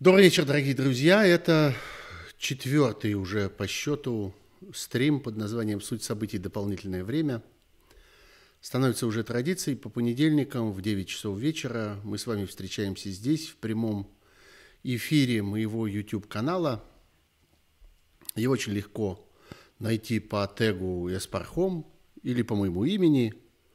Добрый вечер, дорогие друзья. Это четвертый уже по счету стрим под названием «Суть событий. Дополнительное время». Становится уже традицией. По понедельникам в 9 часов вечера мы с вами встречаемся здесь, в прямом эфире моего YouTube-канала. Его очень легко найти по тегу «Эспархом» или по моему имени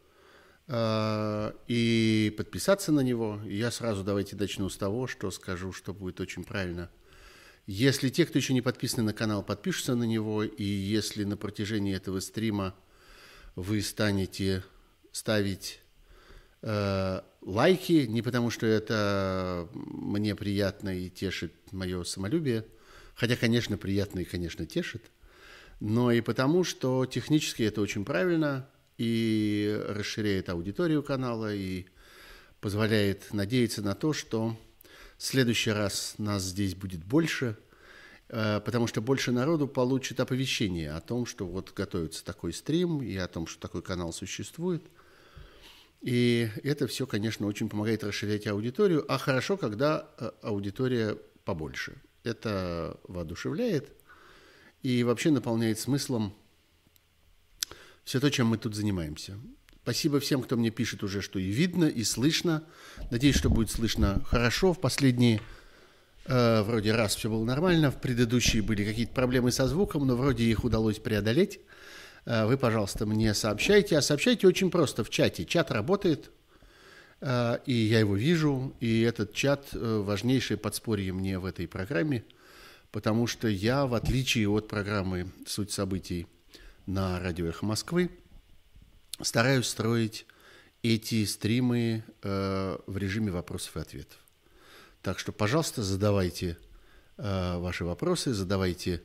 и подписаться на него. Я сразу давайте начну с того, что скажу, что будет очень правильно. Если те, кто еще не подписаны на канал, подпишутся на него, и если на протяжении этого стрима вы станете ставить лайки, не потому что это мне приятно и тешит мое самолюбие, хотя, конечно, приятно и, конечно, тешит, но и потому, что технически это очень правильно и расширяет аудиторию канала, и позволяет надеяться на то, что в следующий раз нас здесь будет больше, потому что больше народу получит оповещение о том, что вот готовится такой стрим, и о том, что такой канал существует. И это все, конечно, очень помогает расширять аудиторию, а хорошо, когда аудитория побольше. Это воодушевляет и вообще наполняет смыслом все то, чем мы тут занимаемся. Спасибо всем, кто мне пишет уже, что и видно, и слышно. Надеюсь, что будет слышно хорошо. В последние вроде раз все было нормально, в предыдущие были какие-то проблемы со звуком, но вроде их удалось преодолеть. Вы, пожалуйста, мне сообщайте. А сообщайте очень просто в чате. Чат работает, и я его вижу. И этот чат важнейшее подспорье мне в этой программе, потому что я, в отличие от программы «Суть событий» на радио «Эхо Москвы», стараюсь строить эти стримы в режиме вопросов и ответов. Так что, пожалуйста, задавайте ваши вопросы, задавайте,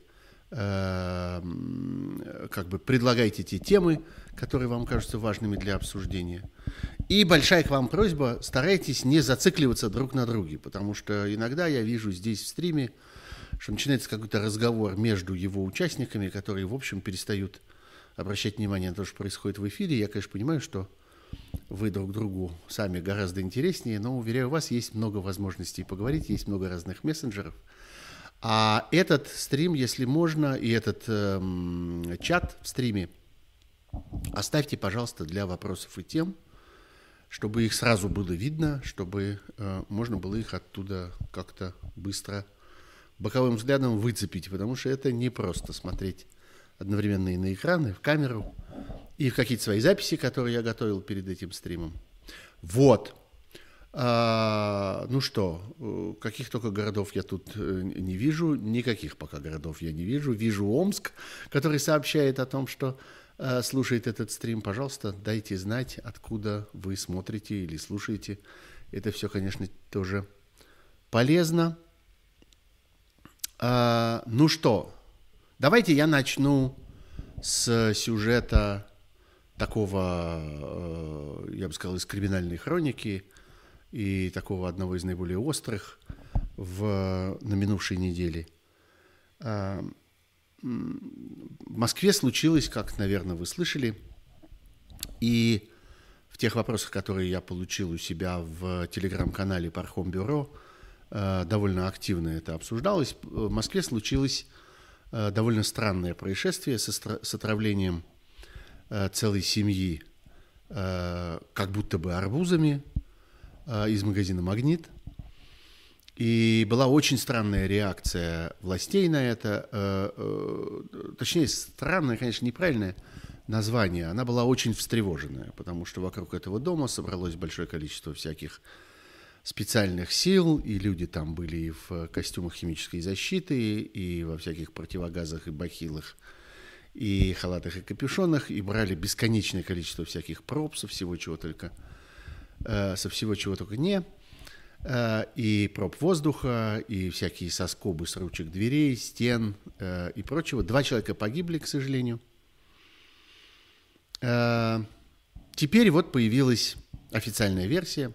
предлагайте те темы, которые вам кажутся важными для обсуждения. И большая к вам просьба, старайтесь не зацикливаться друг на друге, потому что иногда я вижу здесь в стриме, что начинается какой-то разговор между его участниками, которые, в общем, перестают обращать внимание на то, что происходит в эфире. Я, конечно, понимаю, что вы друг другу сами гораздо интереснее, но, уверяю вас, есть много возможностей поговорить, есть много разных мессенджеров. А этот стрим, если можно, и этот чат в стриме оставьте, пожалуйста, для вопросов и тем, чтобы их сразу было видно, чтобы можно было их оттуда как-то быстро боковым взглядом выцепить, потому что это не просто смотреть одновременно и на экраны, в камеру, и в какие-то свои записи, которые я готовил перед этим стримом. Вот. Ну что, каких только городов я тут не вижу, никаких пока городов я не вижу. Вижу Омск, который сообщает о том, что слушает этот стрим. Пожалуйста, дайте знать, откуда вы смотрите или слушаете. Это все, конечно, тоже полезно. Ну что, давайте я начну с сюжета такого, я бы сказал, из криминальной хроники и такого одного из наиболее острых на минувшей неделе. В Москве случилось, как, наверное, вы слышали, и в тех вопросах, которые я получил у себя в телеграм-канале Пархом Бюро, довольно активно это обсуждалось. В Москве случилось довольно странное происшествие с отравлением целой семьи как будто бы арбузами из магазина «Магнит». И была очень странная реакция властей на это. Точнее, странное, конечно, неправильное название. Она была очень встревоженная, потому что вокруг этого дома собралось большое количество всяких специальных сил, и люди там были и в костюмах химической защиты, и во всяких противогазах и бахилах, и халатах и капюшонах, и брали бесконечное количество всяких проб со всего чего только не, и проб воздуха, и всякие соскобы с ручек дверей, стен и прочего. 2 человека погибли, к сожалению. Теперь вот появилась официальная версия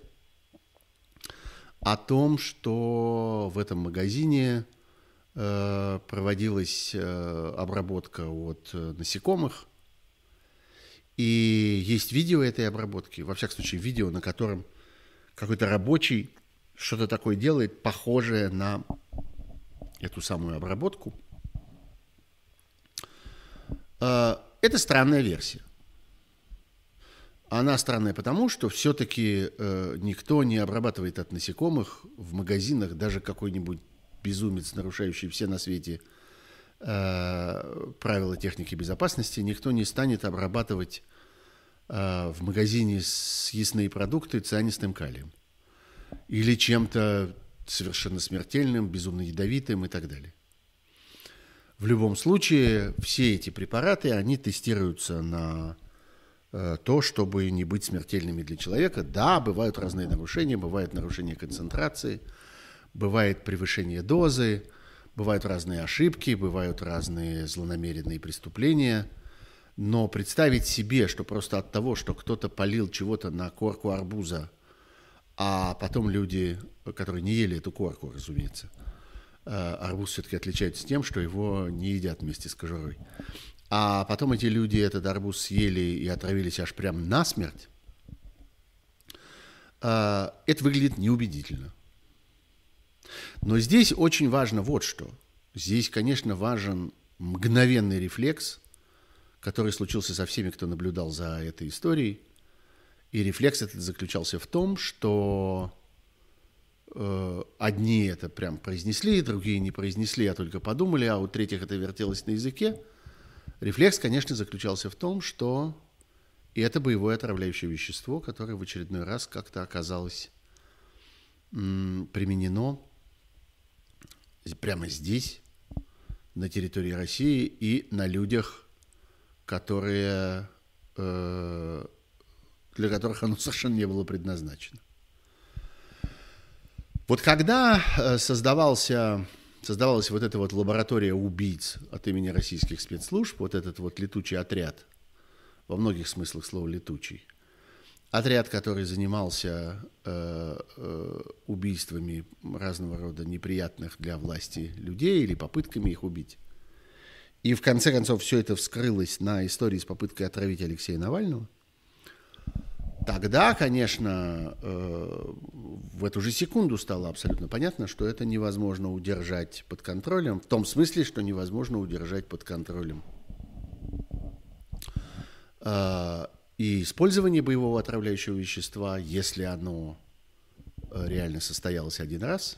о том, что в этом магазине проводилась обработка от насекомых. И есть видео этой обработки, во всяком случае видео, на котором какой-то рабочий что-то такое делает, похожее на эту самую обработку. Это странная версия. Она странная потому, что все-таки никто не обрабатывает от насекомых в магазинах, даже какой-нибудь безумец, нарушающий все на свете правила техники безопасности, никто не станет обрабатывать в магазине съестные продукты цианистым калием или чем-то совершенно смертельным, безумно ядовитым и так далее. В любом случае, все эти препараты, они тестируются на то, чтобы не быть смертельными для человека. Да, бывают разные нарушения, бывает нарушение концентрации, бывает превышение дозы, бывают разные ошибки, бывают разные злонамеренные преступления. Но представить себе, что просто от того, что кто-то полил чего-то на корку арбуза, а потом люди, которые не ели эту корку, разумеется, арбуз все-таки отличается тем, что его не едят вместе с кожурой, а потом эти люди этот арбуз съели и отравились аж прям насмерть, это выглядит неубедительно. Но здесь очень важно вот что. Здесь, конечно, важен мгновенный рефлекс, который случился со всеми, кто наблюдал за этой историей. И рефлекс этот заключался в том, что одни это прям произнесли, другие не произнесли, а только подумали, а у третьих это вертелось на языке. Рефлекс, конечно, заключался в том, что это боевое отравляющее вещество, которое в очередной раз как-то оказалось применено прямо здесь, на территории России и на людях, для которых оно совершенно не было предназначено. Вот когда создавалась вот эта вот лаборатория убийц от имени российских спецслужб, вот этот вот летучий отряд, во многих смыслах слова летучий, отряд, который занимался убийствами разного рода неприятных для власти людей или попытками их убить. И в конце концов все это вскрылось на истории с попыткой отравить Алексея Навального. Тогда, конечно, в эту же секунду стало абсолютно понятно, что это невозможно удержать под контролем, в том смысле, что невозможно удержать под контролем и использование боевого отравляющего вещества, если оно реально состоялось один раз,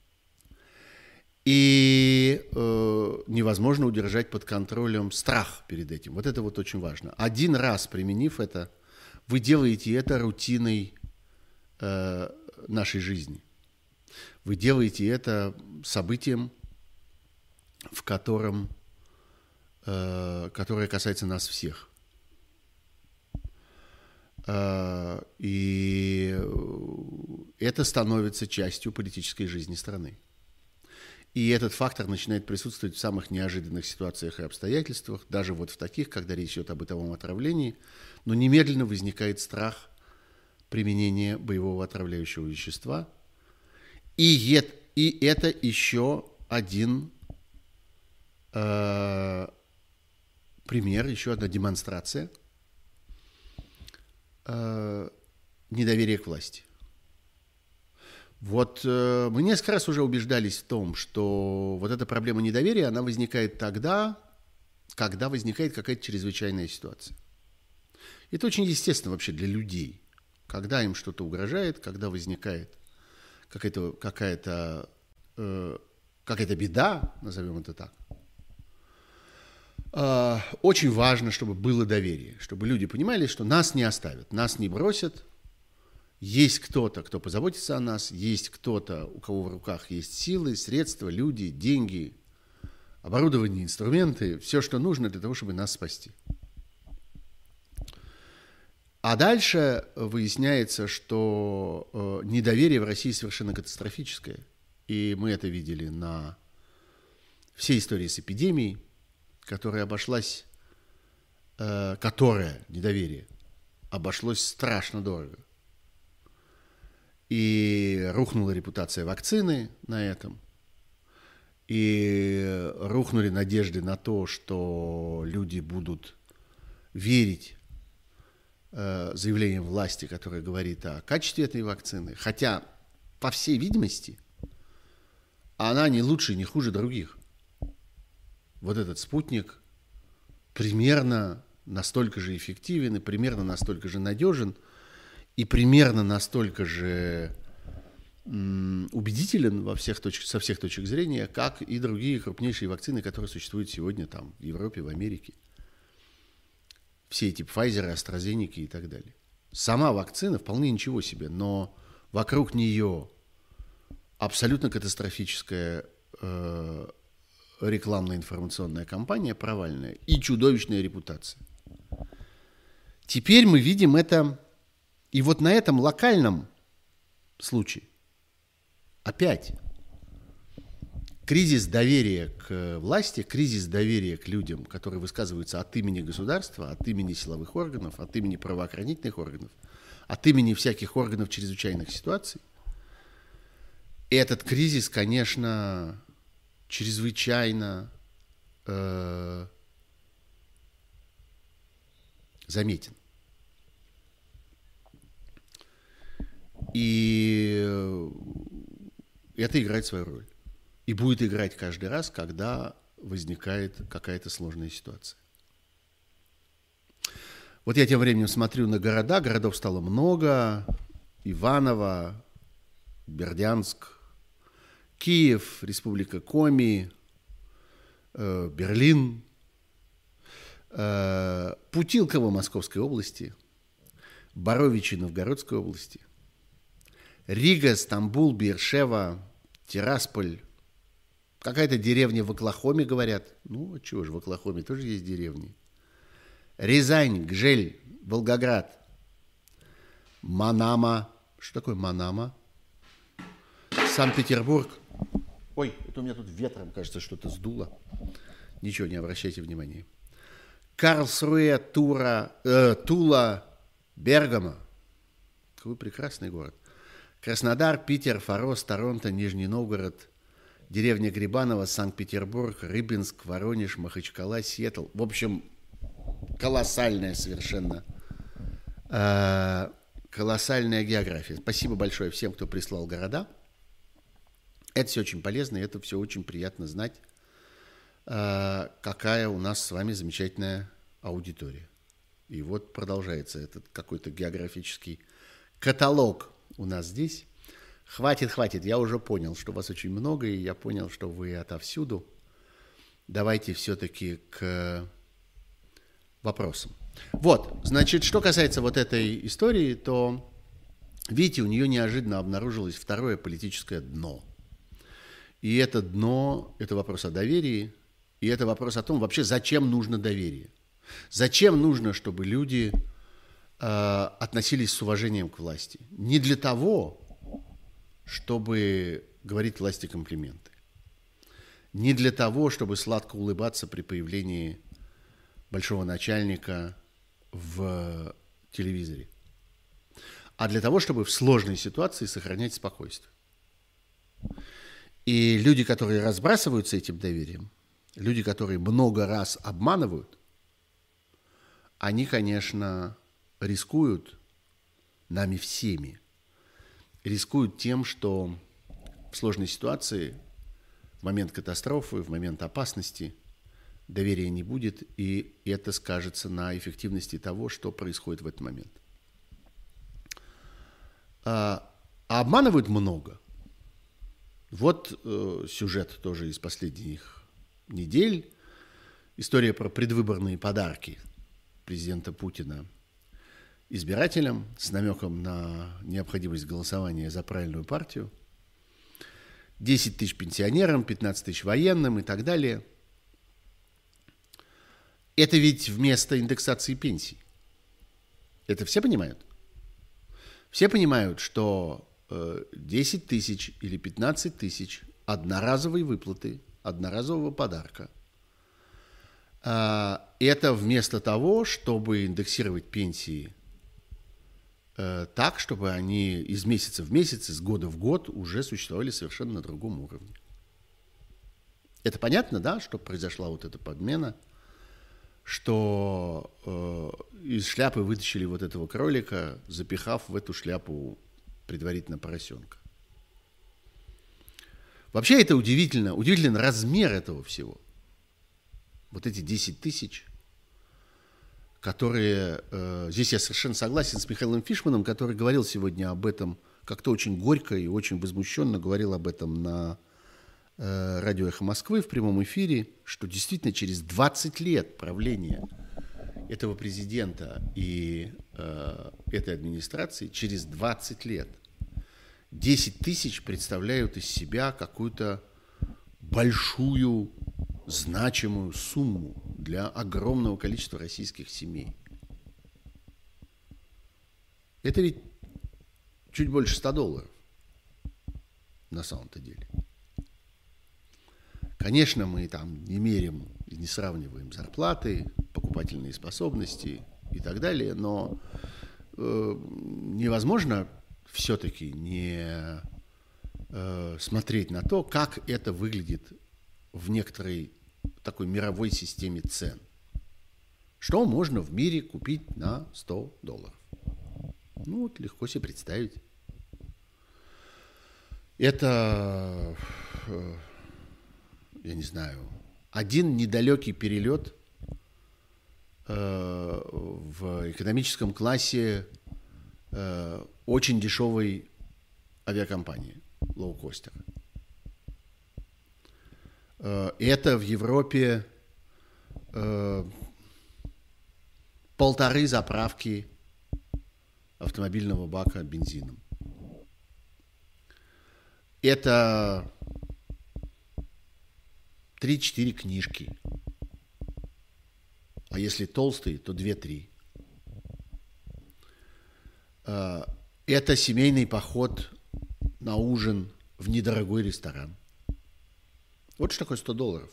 и невозможно удержать под контролем страх перед этим. Вот это вот очень важно. Один раз применив это, вы делаете это рутиной нашей жизни. Вы делаете это событием, которое касается нас всех. И это становится частью политической жизни страны. И этот фактор начинает присутствовать в самых неожиданных ситуациях и обстоятельствах, даже вот в таких, когда речь идет о бытовом отравлении, но немедленно возникает страх применения боевого отравляющего вещества. И это еще один пример, еще одна демонстрация недоверия к власти. Вот мы несколько раз уже убеждались в том, что вот эта проблема недоверия, она возникает тогда, когда возникает какая-то чрезвычайная ситуация. Это очень естественно вообще для людей. Когда им что-то угрожает, когда возникает какая-то беда, назовем это так, очень важно, чтобы было доверие, чтобы люди понимали, что нас не оставят, нас не бросят. Есть кто-то, кто позаботится о нас, есть кто-то, у кого в руках есть силы, средства, люди, деньги, оборудование, инструменты, все, что нужно для того, чтобы нас спасти. А дальше выясняется, что недоверие в России совершенно катастрофическое. И мы это видели на всей истории с эпидемией, которая недоверие, обошлось страшно дорого. И рухнула репутация вакцины на этом, и рухнули надежды на то, что люди будут верить заявлениям власти, которое говорит о качестве этой вакцины. Хотя, по всей видимости, она не лучше, не хуже других. Вот этот спутник примерно настолько же эффективен и примерно настолько же надежен и примерно настолько же убедителен со всех точек зрения, как и другие крупнейшие вакцины, которые существуют сегодня там, в Европе, в Америке. Все эти Pfizer, AstraZeneca и так далее. Сама вакцина вполне ничего себе, но вокруг нее абсолютно катастрофическая рекламная информационная кампания провальная и чудовищная репутация. Теперь мы видим это, и вот на этом локальном случае опять кризис доверия к власти, кризис доверия к людям, которые высказываются от имени государства, от имени силовых органов, от имени правоохранительных органов, от имени всяких органов чрезвычайных ситуаций. И этот кризис, конечно, чрезвычайно заметен. И это играет свою роль. И будет играть каждый раз, когда возникает какая-то сложная ситуация. Вот я тем временем смотрю на города. Городов стало много. Иваново, Бердянск, Киев, Республика Коми, Берлин, Путилково Московской области, Боровичи Новгородской области, Рига, Стамбул, Бершева, Тирасполь, какая-то деревня в Оклахоме, говорят. Ну, чего же, в Оклахоме тоже есть деревни. Рязань, Гжель, Волгоград, Манама. Что такое Манама? Санкт-Петербург. Ой, это у меня тут ветром, кажется, что-то сдуло. Ничего, не обращайте внимания. Карлсруэ, Тула, Бергамо. Какой прекрасный город. Краснодар, Питер, Форос, Торонто, Нижний Новгород, деревня Грибаново, Санкт-Петербург, Рыбинск, Воронеж, Махачкала, Сиэтл. В общем, колоссальная совершенно колоссальная география. Спасибо большое всем, кто прислал города. Это все очень полезно, и это все очень приятно знать, какая у нас с вами замечательная аудитория. И вот продолжается этот какой-то географический каталог у нас здесь. Хватит, я уже понял, что вас очень много, и я понял, что вы отовсюду. Давайте все-таки к вопросам. Вот, значит, что касается вот этой истории, то, видите, у нее неожиданно обнаружилось второе политическое дно. И это дно – это вопрос о доверии, и это вопрос о том, вообще, зачем нужно доверие. Зачем нужно, чтобы люди относились с уважением к власти? Не для того, чтобы говорить власти комплименты. Не для того, чтобы сладко улыбаться при появлении большого начальника в телевизоре. А для того, чтобы в сложной ситуации сохранять спокойствие. И люди, которые разбрасываются этим доверием, люди, которые много раз обманывают, они, конечно, рискуют нами всеми. Рискуют тем, что в сложной ситуации, в момент катастрофы, в момент опасности доверия не будет, и это скажется на эффективности того, что происходит в этот момент. А обманывают много. Вот сюжет тоже из последних недель. История про предвыборные подарки президента Путина избирателям с намеком на необходимость голосования за правильную партию. 10 тысяч пенсионерам, 15 тысяч военным и так далее. Это ведь вместо индексации пенсий. Это все понимают? Все понимают, что 10 тысяч или 15 тысяч одноразовой выплаты, одноразового подарка. Это вместо того, чтобы индексировать пенсии так, чтобы они из месяца в месяц, из года в год уже существовали совершенно на другом уровне. Это понятно, да, что произошла вот эта подмена, что из шляпы вытащили вот этого кролика, запихав в эту шляпу предварительно поросенка. Вообще это удивительно, удивителен размер этого всего. Вот эти 10 тысяч, которые... здесь я совершенно согласен с Михаилом Фишманом, который говорил сегодня об этом как-то очень горько и очень возмущенно говорил об этом на радио «Эхо Москвы» в прямом эфире, что действительно через 20 лет правления этого президента и этой администрации, через 20 лет 10 тысяч представляют из себя какую-то большую, значимую сумму для огромного количества российских семей. Это ведь чуть больше $100 на самом-то деле. Конечно, мы там не меряем и не сравниваем зарплаты, покупательные способности и так далее, но невозможно все-таки не смотреть на то, как это выглядит в некоторой такой мировой системе цен. Что можно в мире купить на $100? Ну вот легко себе представить. Это... я не знаю, один недалекий перелет в экономическом классе очень дешевой авиакомпании, лоукостера. Это в Европе 1,5 заправки автомобильного бака бензином. Это 3-4 книжки. А если толстые, то 2-3. Это семейный поход на ужин в недорогой ресторан. Вот что такое $100.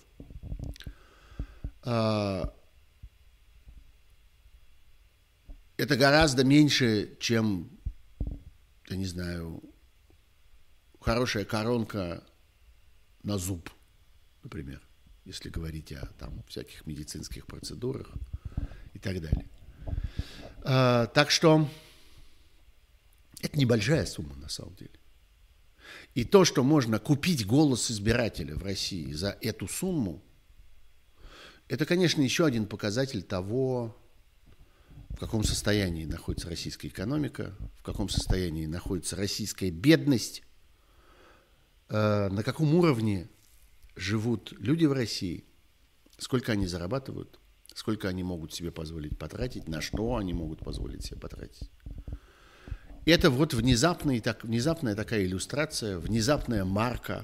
Это гораздо меньше, чем, я не знаю, хорошая коронка на зуб, например, если говорить о там, всяких медицинских процедурах и так далее. Так что это небольшая сумма на самом деле. И то, что можно купить голос избирателя в России за эту сумму, это, конечно, еще один показатель того, в каком состоянии находится российская экономика, в каком состоянии находится российская бедность, на каком уровне живут люди в России, сколько они зарабатывают, сколько они могут себе позволить потратить, на что они могут позволить себе потратить. Это вот внезапная такая иллюстрация, внезапная марка,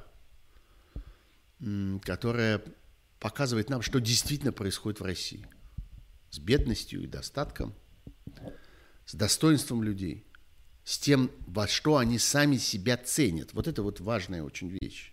которая показывает нам, что действительно происходит в России. С бедностью и достатком, с достоинством людей, с тем, во что они сами себя ценят. Вот это вот важная очень вещь.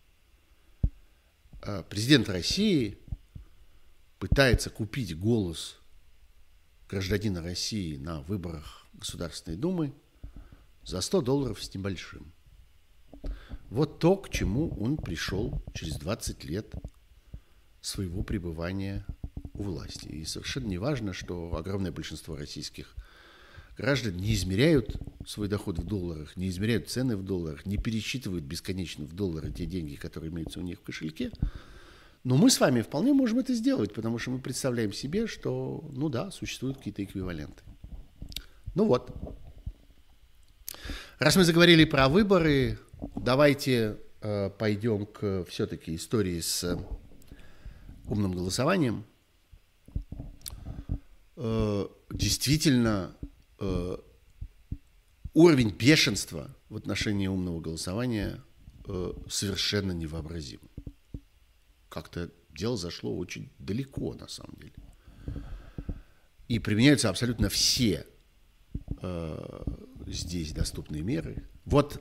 Президент России пытается купить голос гражданина России на выборах Государственной Думы за $100 с небольшим. Вот то, к чему он пришел через 20 лет своего пребывания у власти. И совершенно не важно, что огромное большинство российских граждан не измеряют свой доход в долларах, не измеряют цены в долларах, не пересчитывают бесконечно в доллары те деньги, которые имеются у них в кошельке. Но мы с вами вполне можем это сделать, потому что мы представляем себе, что, ну да, существуют какие-то эквиваленты. Ну вот. Раз мы заговорили про выборы, давайте пойдем к все-таки истории с умным голосованием. Действительно, уровень бешенства в отношении умного голосования совершенно невообразим. Как-то дело зашло очень далеко, на самом деле. И применяются абсолютно все здесь доступные меры. Вот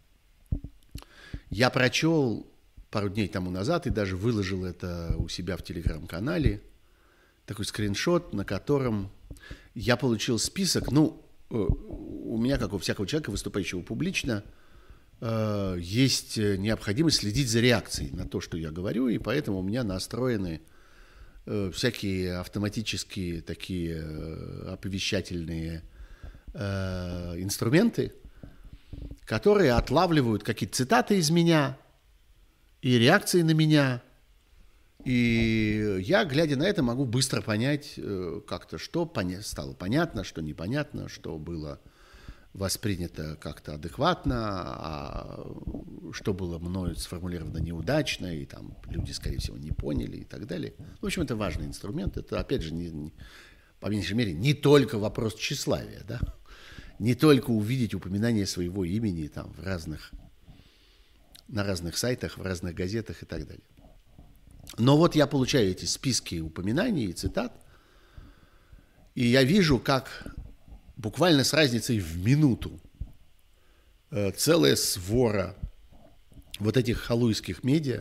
я прочел пару дней тому назад и даже выложил это у себя в телеграм-канале, такой скриншот, на котором я получил список. Ну, у меня, как у всякого человека, выступающего публично, есть необходимость следить за реакцией на то, что я говорю, и поэтому у меня настроены всякие автоматические такие оповещательные инструменты, которые отлавливают какие-то цитаты из меня и реакции на меня. И я, глядя на это, могу быстро понять как-то, что стало понятно, что непонятно, что было воспринято как-то адекватно, а что было мною сформулировано неудачно, и там люди, скорее всего, не поняли и так далее. В общем, это важный инструмент. Это, опять же, по меньшей мере, не только вопрос тщеславия, да? Не только увидеть упоминание своего имени там, на разных сайтах, в разных газетах и так далее. Но вот я получаю эти списки упоминаний и цитат, и я вижу, как буквально с разницей в минуту целая свора вот этих халуйских медиа,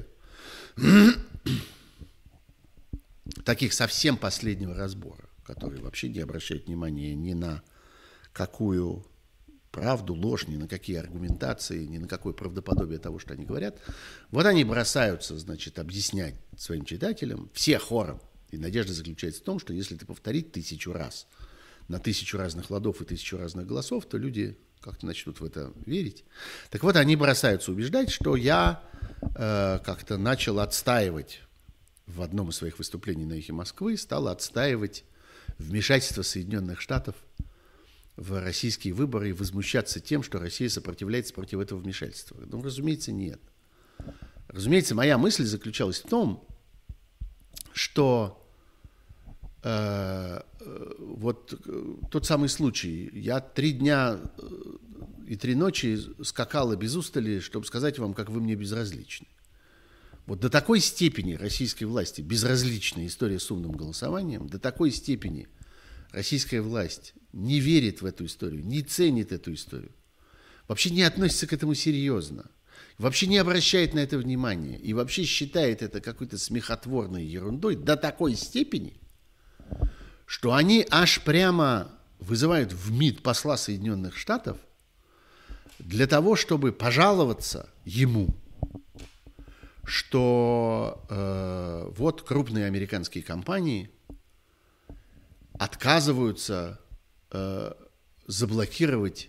таких совсем последнего разбора, которые вообще не обращают внимания ни на какую правду, ложь, ни на какие аргументации, ни на какое правдоподобие того, что они говорят. Вот они бросаются, значит, объяснять своим читателям, все хором. И надежда заключается в том, что если ты повторить 1000 раз, на 1000 разных ладов и 1000 разных голосов, то люди как-то начнут в это верить. Так вот, они бросаются убеждать, что я как-то начал отстаивать в одном из своих выступлений на «Эхе Москвы», стал отстаивать вмешательство Соединенных Штатов в российские выборы и возмущаться тем, что Россия сопротивляется против этого вмешательства. Ну, разумеется, нет. Разумеется, моя мысль заключалась в том, что вот тот самый случай. Я 3 дня и 3 ночи скакала без устали, чтобы сказать вам, как вы мне безразличны. Вот до такой степени российской власти безразлична история с умным голосованием, до такой степени российская власть не верит в эту историю, не ценит эту историю, вообще не относится к этому серьезно, вообще не обращает на это внимания и вообще считает это какой-то смехотворной ерундой до такой степени, что они аж прямо вызывают в МИД посла Соединенных Штатов для того, чтобы пожаловаться ему, что вот крупные американские компании отказываются заблокировать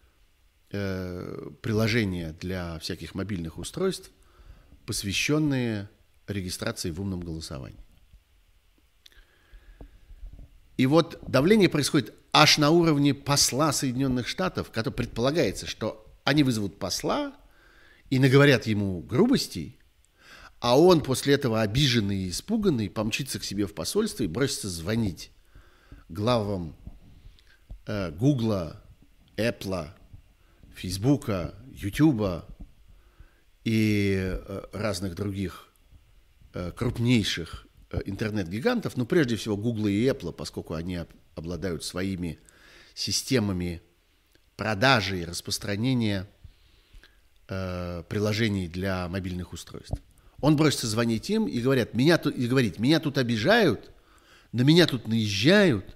приложения для всяких мобильных устройств, посвященные регистрации в умном голосовании. И вот давление происходит аж на уровне посла Соединенных Штатов, который предполагается, что они вызовут посла и наговорят ему грубостей, а он после этого обиженный и испуганный помчится к себе в посольство и бросится звонить главам Гугла, Эппла, Фейсбука, Ютуба и разных других крупнейших интернет-гигантов, но прежде всего Гугла и Эппла, поскольку они обладают своими системами продажи и распространения приложений для мобильных устройств. Он бросится звонить им и говорить, меня тут обижают, на меня тут наезжают,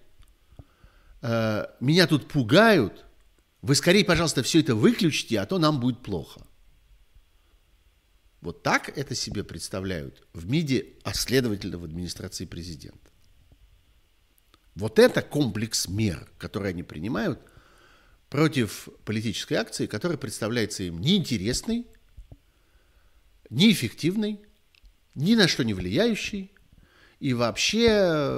меня тут пугают, вы скорее, пожалуйста, все это выключите, а то нам будет плохо. Вот так это себе представляют в МИДе, а следовательно в администрации президента. Вот это комплекс мер, которые они принимают против политической акции, которая представляется им неинтересной, неэффективной, ни на что не влияющей и вообще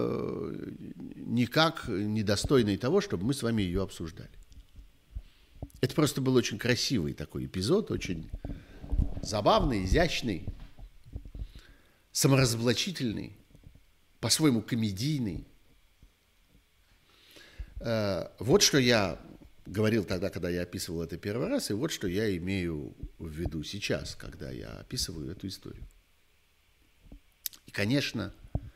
никак недостойной того, чтобы мы с вами ее обсуждали. Это просто был очень красивый такой эпизод, очень забавный, изящный, саморазоблачительный, по-своему комедийный. Вот что я говорил тогда, когда я описывал это первый раз, и вот что я имею в виду сейчас, когда я описываю эту историю. И, конечно,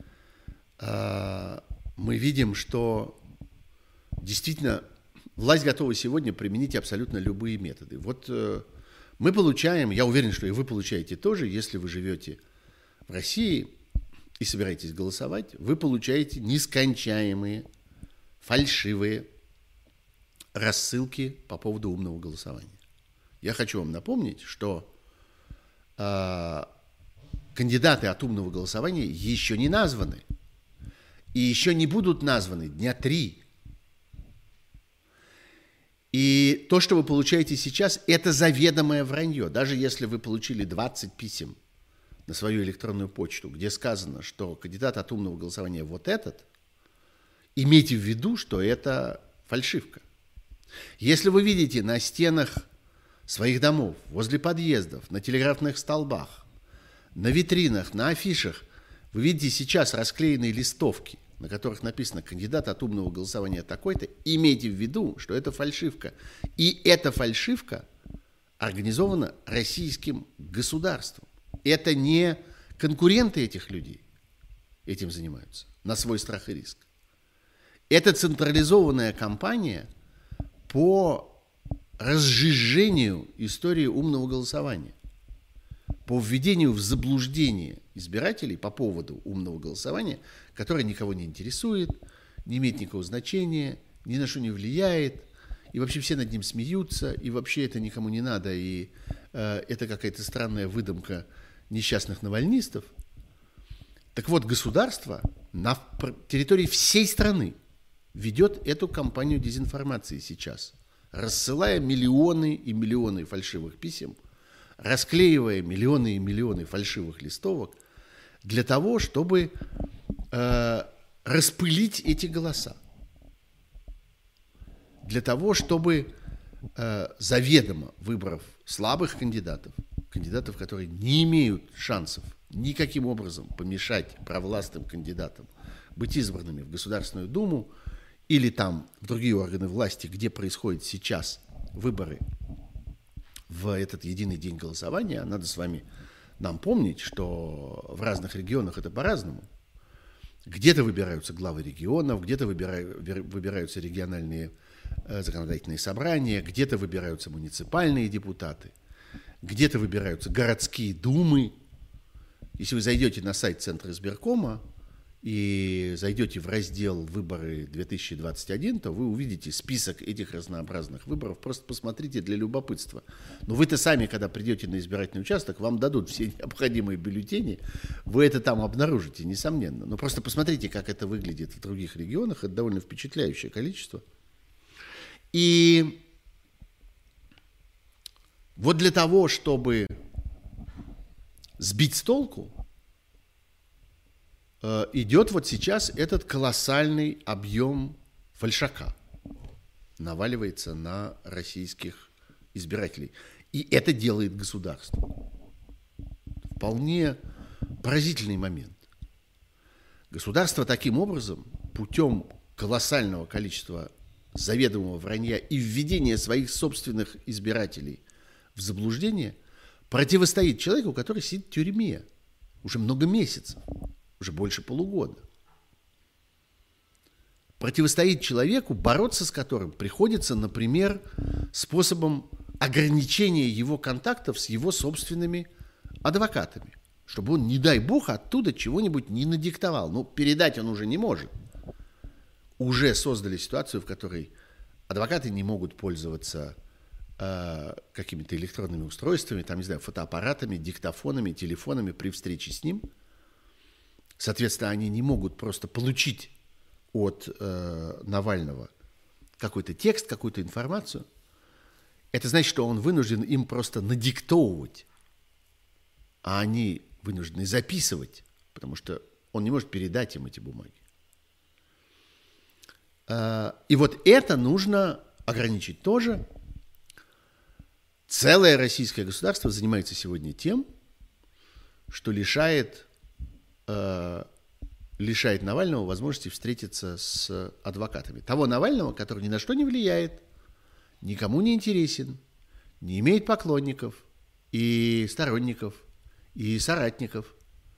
мы видим, что действительно власть готова сегодня применить абсолютно любые методы. Вот мы получаем, я уверен, что и вы получаете тоже, если вы живете в России и собираетесь голосовать, вы получаете нескончаемые, фальшивые рассылки по поводу умного голосования. Я хочу вам напомнить, что кандидаты от умного голосования еще не названы. И еще не будут названы дня 3. И то, что вы получаете сейчас, это заведомое вранье. Даже если вы получили 20 писем на свою электронную почту, где сказано, что кандидат от умного голосования вот этот, имейте в виду, что это фальшивка. Если вы видите на стенах своих домов, возле подъездов, на телеграфных столбах, на витринах, на афишах, вы видите сейчас расклеенные листовки, на которых написано «Кандидат от умного голосования такой-то», имейте в виду, что это фальшивка. И эта фальшивка организована российским государством. Это не конкуренты этих людей этим занимаются на свой страх и риск. Это централизованная кампания по разжижению истории умного голосования, по введению в заблуждение избирателей по поводу умного голосования, которое никого не интересует, не имеет никакого значения, ни на что не влияет, и вообще все над ним смеются, и вообще это никому не надо, и это какая-то странная выдумка несчастных навальнистов. Так вот, государство на территории всей страны ведет эту кампанию дезинформации сейчас, рассылая миллионы и миллионы фальшивых писем, расклеивая миллионы и миллионы фальшивых листовок для того, чтобы распылить эти голоса. Для того, чтобы заведомо выбрав слабых кандидатов, кандидатов, которые не имеют шансов никаким образом помешать провластным кандидатам быть избранными в Государственную Думу или там в другие органы власти, где происходят сейчас выборы в этот единый день голосования, надо с вами нам помнить, что в разных регионах это по-разному. Где-то выбираются главы регионов, где-то выбираются региональные законодательные собрания, где-то выбираются муниципальные депутаты, где-то выбираются городские думы. Если вы зайдете на сайт Центра избиркома и зайдете в раздел «Выборы 2021», то вы увидите список этих разнообразных выборов. Просто посмотрите для любопытства. Но вы-то сами, когда придете на избирательный участок, вам дадут все необходимые бюллетени. Вы это там обнаружите, несомненно. Но просто посмотрите, как это выглядит в других регионах. Это довольно впечатляющее количество. И вот для того, чтобы сбить с толку, идет вот сейчас этот колоссальный объем фальшака, наваливается на российских избирателей. И это делает государство. Вполне поразительный момент. Государство таким образом, путем колоссального количества заведомого вранья и введения своих собственных избирателей в заблуждение, противостоит человеку, который сидит в тюрьме уже много месяцев, уже больше полугода. Противостоит человеку, бороться с которым приходится, например, способом ограничения его контактов с его собственными адвокатами, чтобы он, не дай бог, оттуда чего-нибудь не надиктовал. Но передать он уже не может. Уже создали ситуацию, в которой адвокаты не могут пользоваться какими-то электронными устройствами, там, не знаю, фотоаппаратами, диктофонами, телефонами при встрече с ним. Соответственно, они не могут просто получить от Навального какой-то текст, какую-то информацию. Это значит, что он вынужден им просто надиктовывать, а они вынуждены записывать, потому что он не может передать им эти бумаги. И вот это нужно ограничить тоже. Целое российское государство занимается сегодня тем, что лишает Навального возможности встретиться с адвокатами. Того Навального, который ни на что не влияет, никому не интересен, не имеет поклонников и сторонников, и соратников,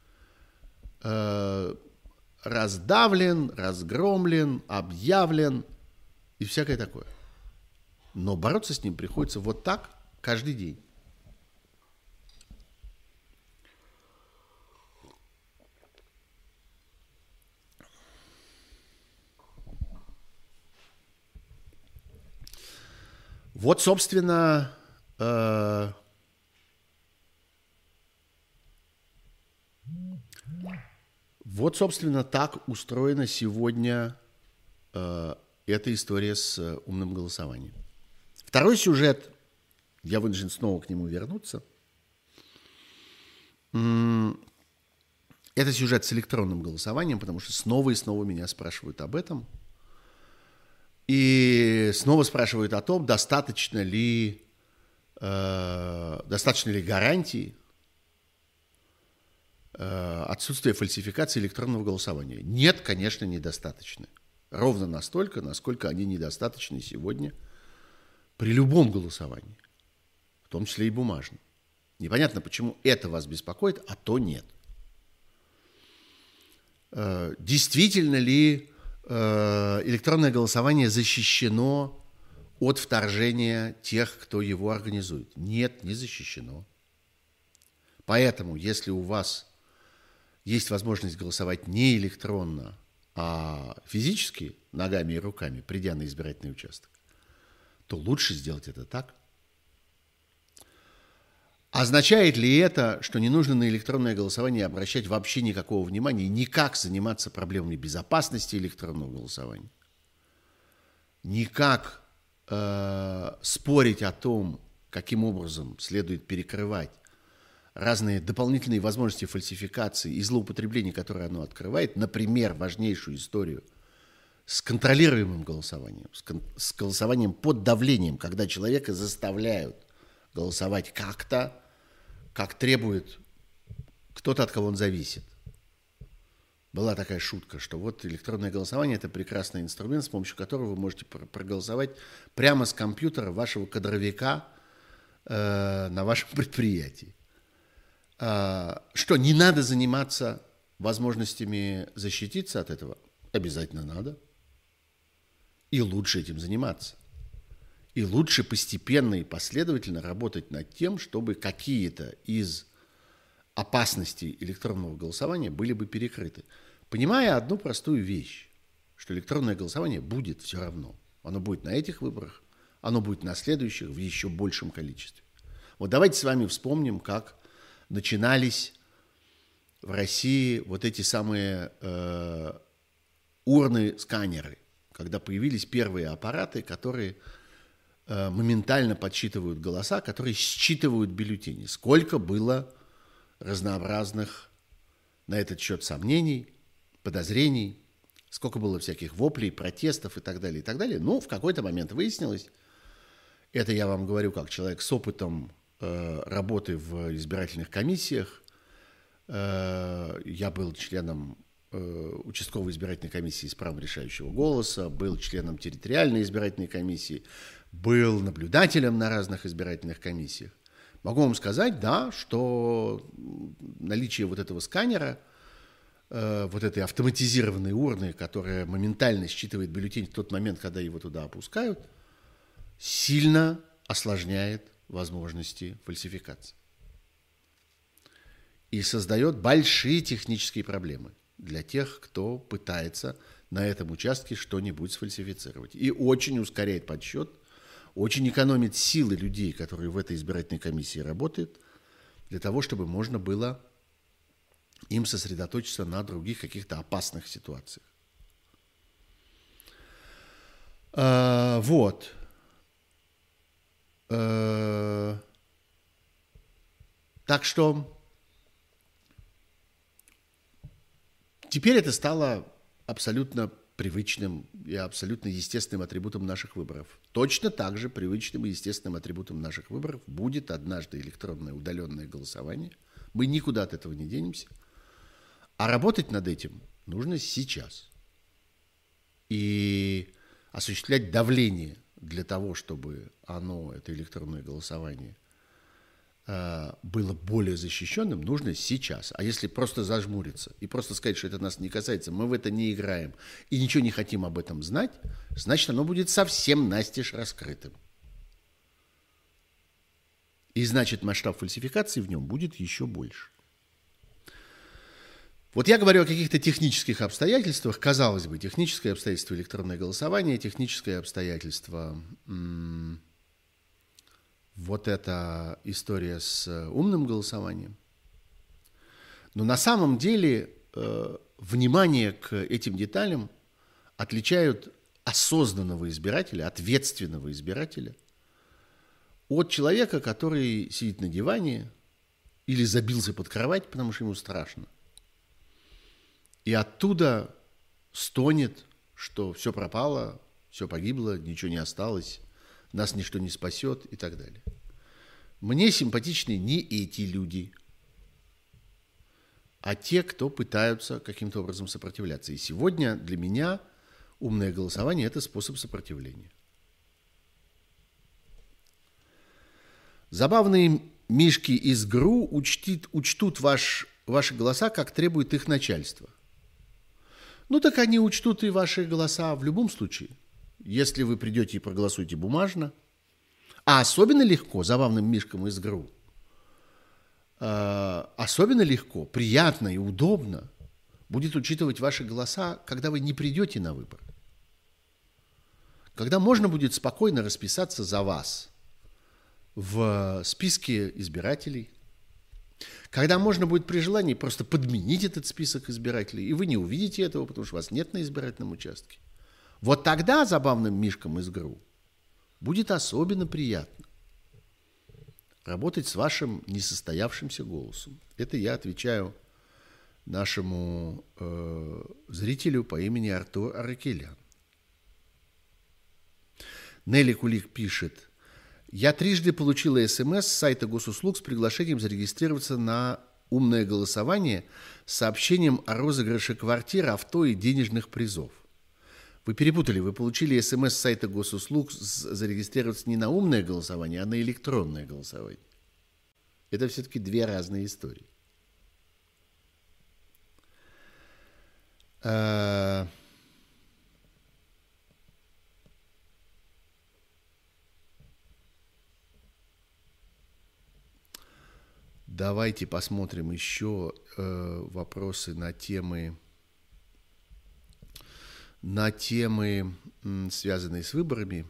раздавлен, разгромлен, объявлен и всякое такое. Но бороться с ним приходится вот так каждый день. Вот, собственно, так устроена сегодня эта история с умным голосованием. Второй сюжет, я вынужден снова к нему вернуться. Это сюжет с электронным голосованием, потому что снова и снова меня спрашивают об этом. И снова спрашивают о том, достаточно ли гарантий отсутствия фальсификации электронного голосования. Нет, конечно, недостаточно. Ровно настолько, насколько они недостаточны сегодня при любом голосовании, в том числе и бумажном. Непонятно, почему это вас беспокоит, а то нет. Действительно ли электронное голосование защищено от вторжения тех, кто его организует? Нет, не защищено. Поэтому, если у вас есть возможность голосовать не электронно, а физически, ногами и руками, придя на избирательный участок, то лучше сделать это так. Означает ли это, что не нужно на электронное голосование обращать вообще никакого внимания и никак заниматься проблемами безопасности электронного голосования? Никак спорить о том, каким образом следует перекрывать разные дополнительные возможности фальсификации и злоупотребления, которые оно открывает, например, важнейшую историю с контролируемым голосованием, с голосованием под давлением, когда человека заставляют голосовать как-то, как требует кто-то, от кого он зависит. Была такая шутка, что вот электронное голосование – это прекрасный инструмент, с помощью которого вы можете проголосовать прямо с компьютера вашего кадровика на вашем предприятии. Что, не надо заниматься возможностями защититься от этого? Обязательно надо. И лучше этим заниматься. И лучше постепенно и последовательно работать над тем, чтобы какие-то из опасностей электронного голосования были бы перекрыты. Понимая одну простую вещь, что электронное голосование будет все равно. Оно будет на этих выборах, оно будет на следующих в еще большем количестве. Вот давайте с вами вспомним, как начинались в России вот эти самые урны-сканеры, когда появились первые аппараты, которые моментально подсчитывают голоса, которые считывают бюллетени. Сколько было разнообразных на этот счет сомнений, подозрений, сколько было всяких воплей, протестов и так далее, и так далее. Ну, в какой-то момент выяснилось, это я вам говорю как человек с опытом работы в избирательных комиссиях. Я был членом участковой избирательной комиссии с правом решающего голоса, был членом территориальной избирательной комиссии, был наблюдателем на разных избирательных комиссиях. Могу вам сказать, да, что наличие вот этого сканера, вот этой автоматизированной урны, которая моментально считывает бюллетень в тот момент, когда его туда опускают, сильно осложняет возможности фальсификации. И создает большие технические проблемы для тех, кто пытается на этом участке что-нибудь сфальсифицировать. И очень ускоряет подсчет, очень экономит силы людей, которые в этой избирательной комиссии работают, для того, чтобы можно было им сосредоточиться на других каких-то опасных ситуациях. Вот. Так что теперь это стало абсолютно привычным и абсолютно естественным атрибутом наших выборов. Точно так же привычным и естественным атрибутом наших выборов будет однажды электронное удаленное голосование. Мы никуда от этого не денемся. А работать над этим нужно сейчас. И осуществлять давление для того, чтобы это электронное голосование, было более защищенным, нужно сейчас. А если просто зажмуриться и просто сказать, что это нас не касается, мы в это не играем и ничего не хотим об этом знать, значит, оно будет совсем настежь раскрытым. И значит, масштаб фальсификации в нем будет еще больше. Вот я говорю о каких-то технических обстоятельствах. Казалось бы, техническое обстоятельство электронное голосование, техническое обстоятельство вот эта история с умным голосованием. Но на самом деле внимание к этим деталям отличают осознанного избирателя, ответственного избирателя от человека, который сидит на диване или забился под кровать, потому что ему страшно. и оттуда стонет, что все пропало, все погибло, ничего не осталось, нас ничто не спасет и так далее. Мне симпатичны не эти люди, а те, кто пытаются каким-то образом сопротивляться. И сегодня для меня умное голосование – это способ сопротивления. Забавные мишки из ГРУ учтут ваши голоса, как требует их начальство. Ну так они учтут и ваши голоса в любом случае, если вы придете и проголосуете бумажно. А особенно легко забавным мишкам из ГРУ, особенно легко, приятно и удобно будет учитывать ваши голоса, когда вы не придете на выбор. Когда можно будет спокойно расписаться за вас в списке избирателей, когда можно будет при желании просто подменить этот список избирателей, и вы не увидите этого, потому что вас нет на избирательном участке. Вот тогда забавным мишкам из ГРУ будет особенно приятно работать с вашим несостоявшимся голосом. Это я отвечаю нашему зрителю по имени Артур Аракелян. Нелли Кулик пишет: я трижды получила СМС с сайта госуслуг с приглашением зарегистрироваться на умное голосование с сообщением о розыгрыше квартир, авто и денежных призов. Вы перепутали, вы получили СМС с сайта госуслуг зарегистрироваться не на умное голосование, а на электронное голосование. Это все-таки две разные истории. Давайте посмотрим еще вопросы на темы, связанные с выборами.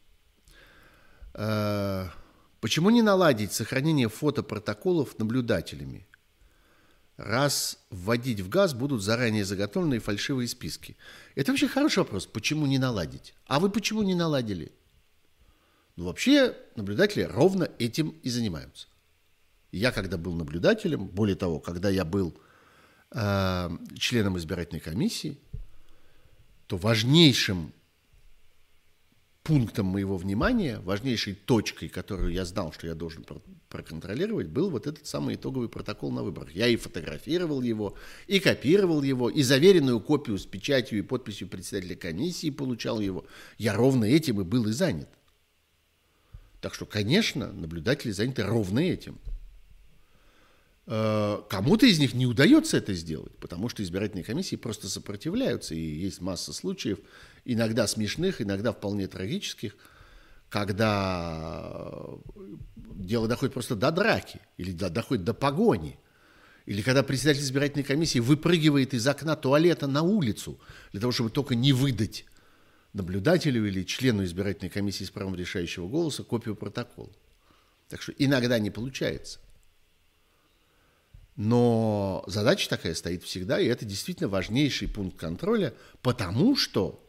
Почему не наладить сохранение фотопротоколов наблюдателями? Раз вводить в ГАЗ будут заранее заготовленные фальшивые списки. Это вообще хороший вопрос. Почему не наладить? А вы почему не наладили? Ну, вообще, наблюдатели ровно этим и занимаются. Я, когда был наблюдателем, более того, когда я был членом избирательной комиссии, то важнейшим пунктом моего внимания, важнейшей точкой, которую я знал, что я должен проконтролировать, был вот этот самый итоговый протокол на выборах. Я и фотографировал его, и копировал его, и заверенную копию с печатью и подписью председателя комиссии получал его. Я ровно этим и был и занят. Так что, конечно, наблюдатели заняты ровно этим. Кому-то из них не удается это сделать, потому что избирательные комиссии просто сопротивляются, и есть масса случаев, иногда смешных, иногда вполне трагических, когда дело доходит просто до драки, или доходит до погони, или когда председатель избирательной комиссии выпрыгивает из окна туалета на улицу, для того, чтобы только не выдать наблюдателю или члену избирательной комиссии с правом решающего голоса копию протокола. Так что иногда не получается. Но задача такая стоит всегда, и это действительно важнейший пункт контроля, потому что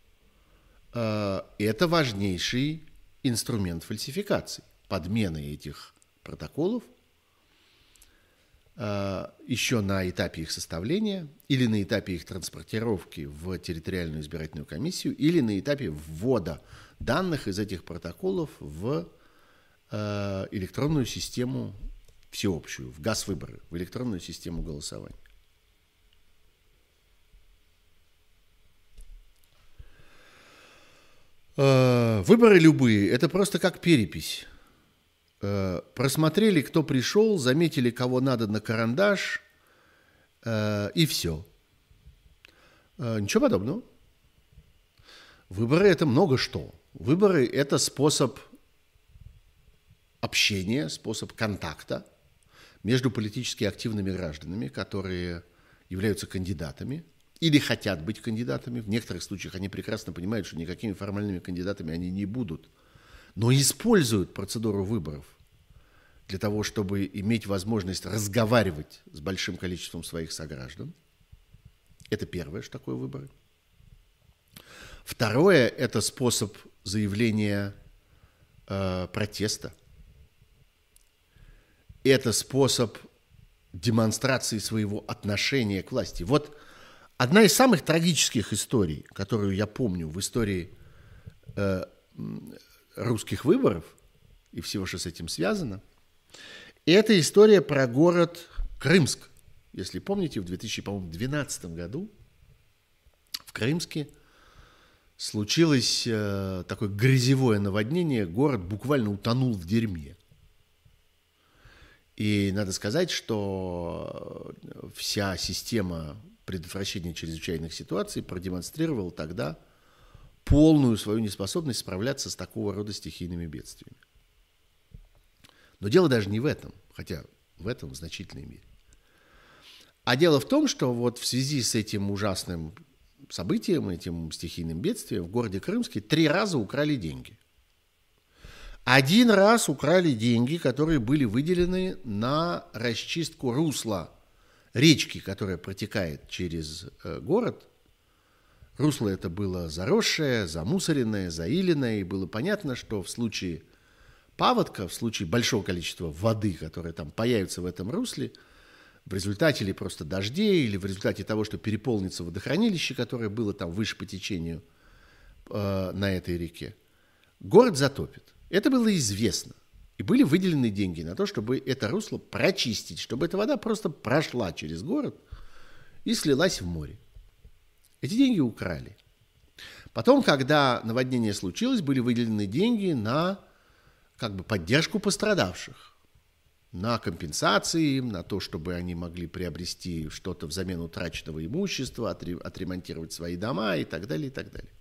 это важнейший инструмент фальсификации, подмены этих протоколов еще на этапе их составления или на этапе их транспортировки в территориальную избирательную комиссию или на этапе ввода данных из этих протоколов в электронную систему всеобщую, в ГАЗ-выборы, в электронную систему голосования. Выборы любые – это просто как перепись. Просмотрели, кто пришел, заметили, кого надо на карандаш, и все. Ничего подобного. Выборы – это много что. Выборы – это способ общения, способ контакта между политически активными гражданами, которые являются кандидатами или хотят быть кандидатами. В некоторых случаях они прекрасно понимают, что никакими формальными кандидатами они не будут, но используют процедуру выборов для того, чтобы иметь возможность разговаривать с большим количеством своих сограждан. Это первое, что такое выборы. Второе – это способ заявления протеста. Это способ демонстрации своего отношения к власти. Вот одна из самых трагических историй, которую я помню в истории русских выборов и всего, что с этим связано, это история про город Крымск. Если помните, в 2012 году в Крымске случилось такое грязевое наводнение, город буквально утонул в дерьме. И надо сказать, что вся система предотвращения чрезвычайных ситуаций продемонстрировала тогда полную свою неспособность справляться с такого рода стихийными бедствиями. Но дело даже не в этом, хотя в этом в значительной мере. А дело в том, что вот в связи с этим ужасным событием, этим стихийным бедствием, в городе Крымске 3 раза украли деньги. 1 раз украли деньги, которые были выделены на расчистку русла речки, которая протекает через город. Русло это было заросшее, замусоренное, заиленное, и было понятно, что в случае паводка, в случае большого количества воды, которая там появится в этом русле, в результате или просто дождей, или в результате того, что переполнится водохранилище, которое было там выше по течению на этой реке, город затопит. Это было известно. И были выделены деньги на то, чтобы это русло прочистить, чтобы эта вода просто прошла через город и слилась в море. Эти деньги украли. Потом, когда наводнение случилось, были выделены деньги на поддержку пострадавших, на компенсации им, на то, чтобы они могли приобрести что-то взамен утраченного имущества, отремонтировать свои дома и так далее, и так далее.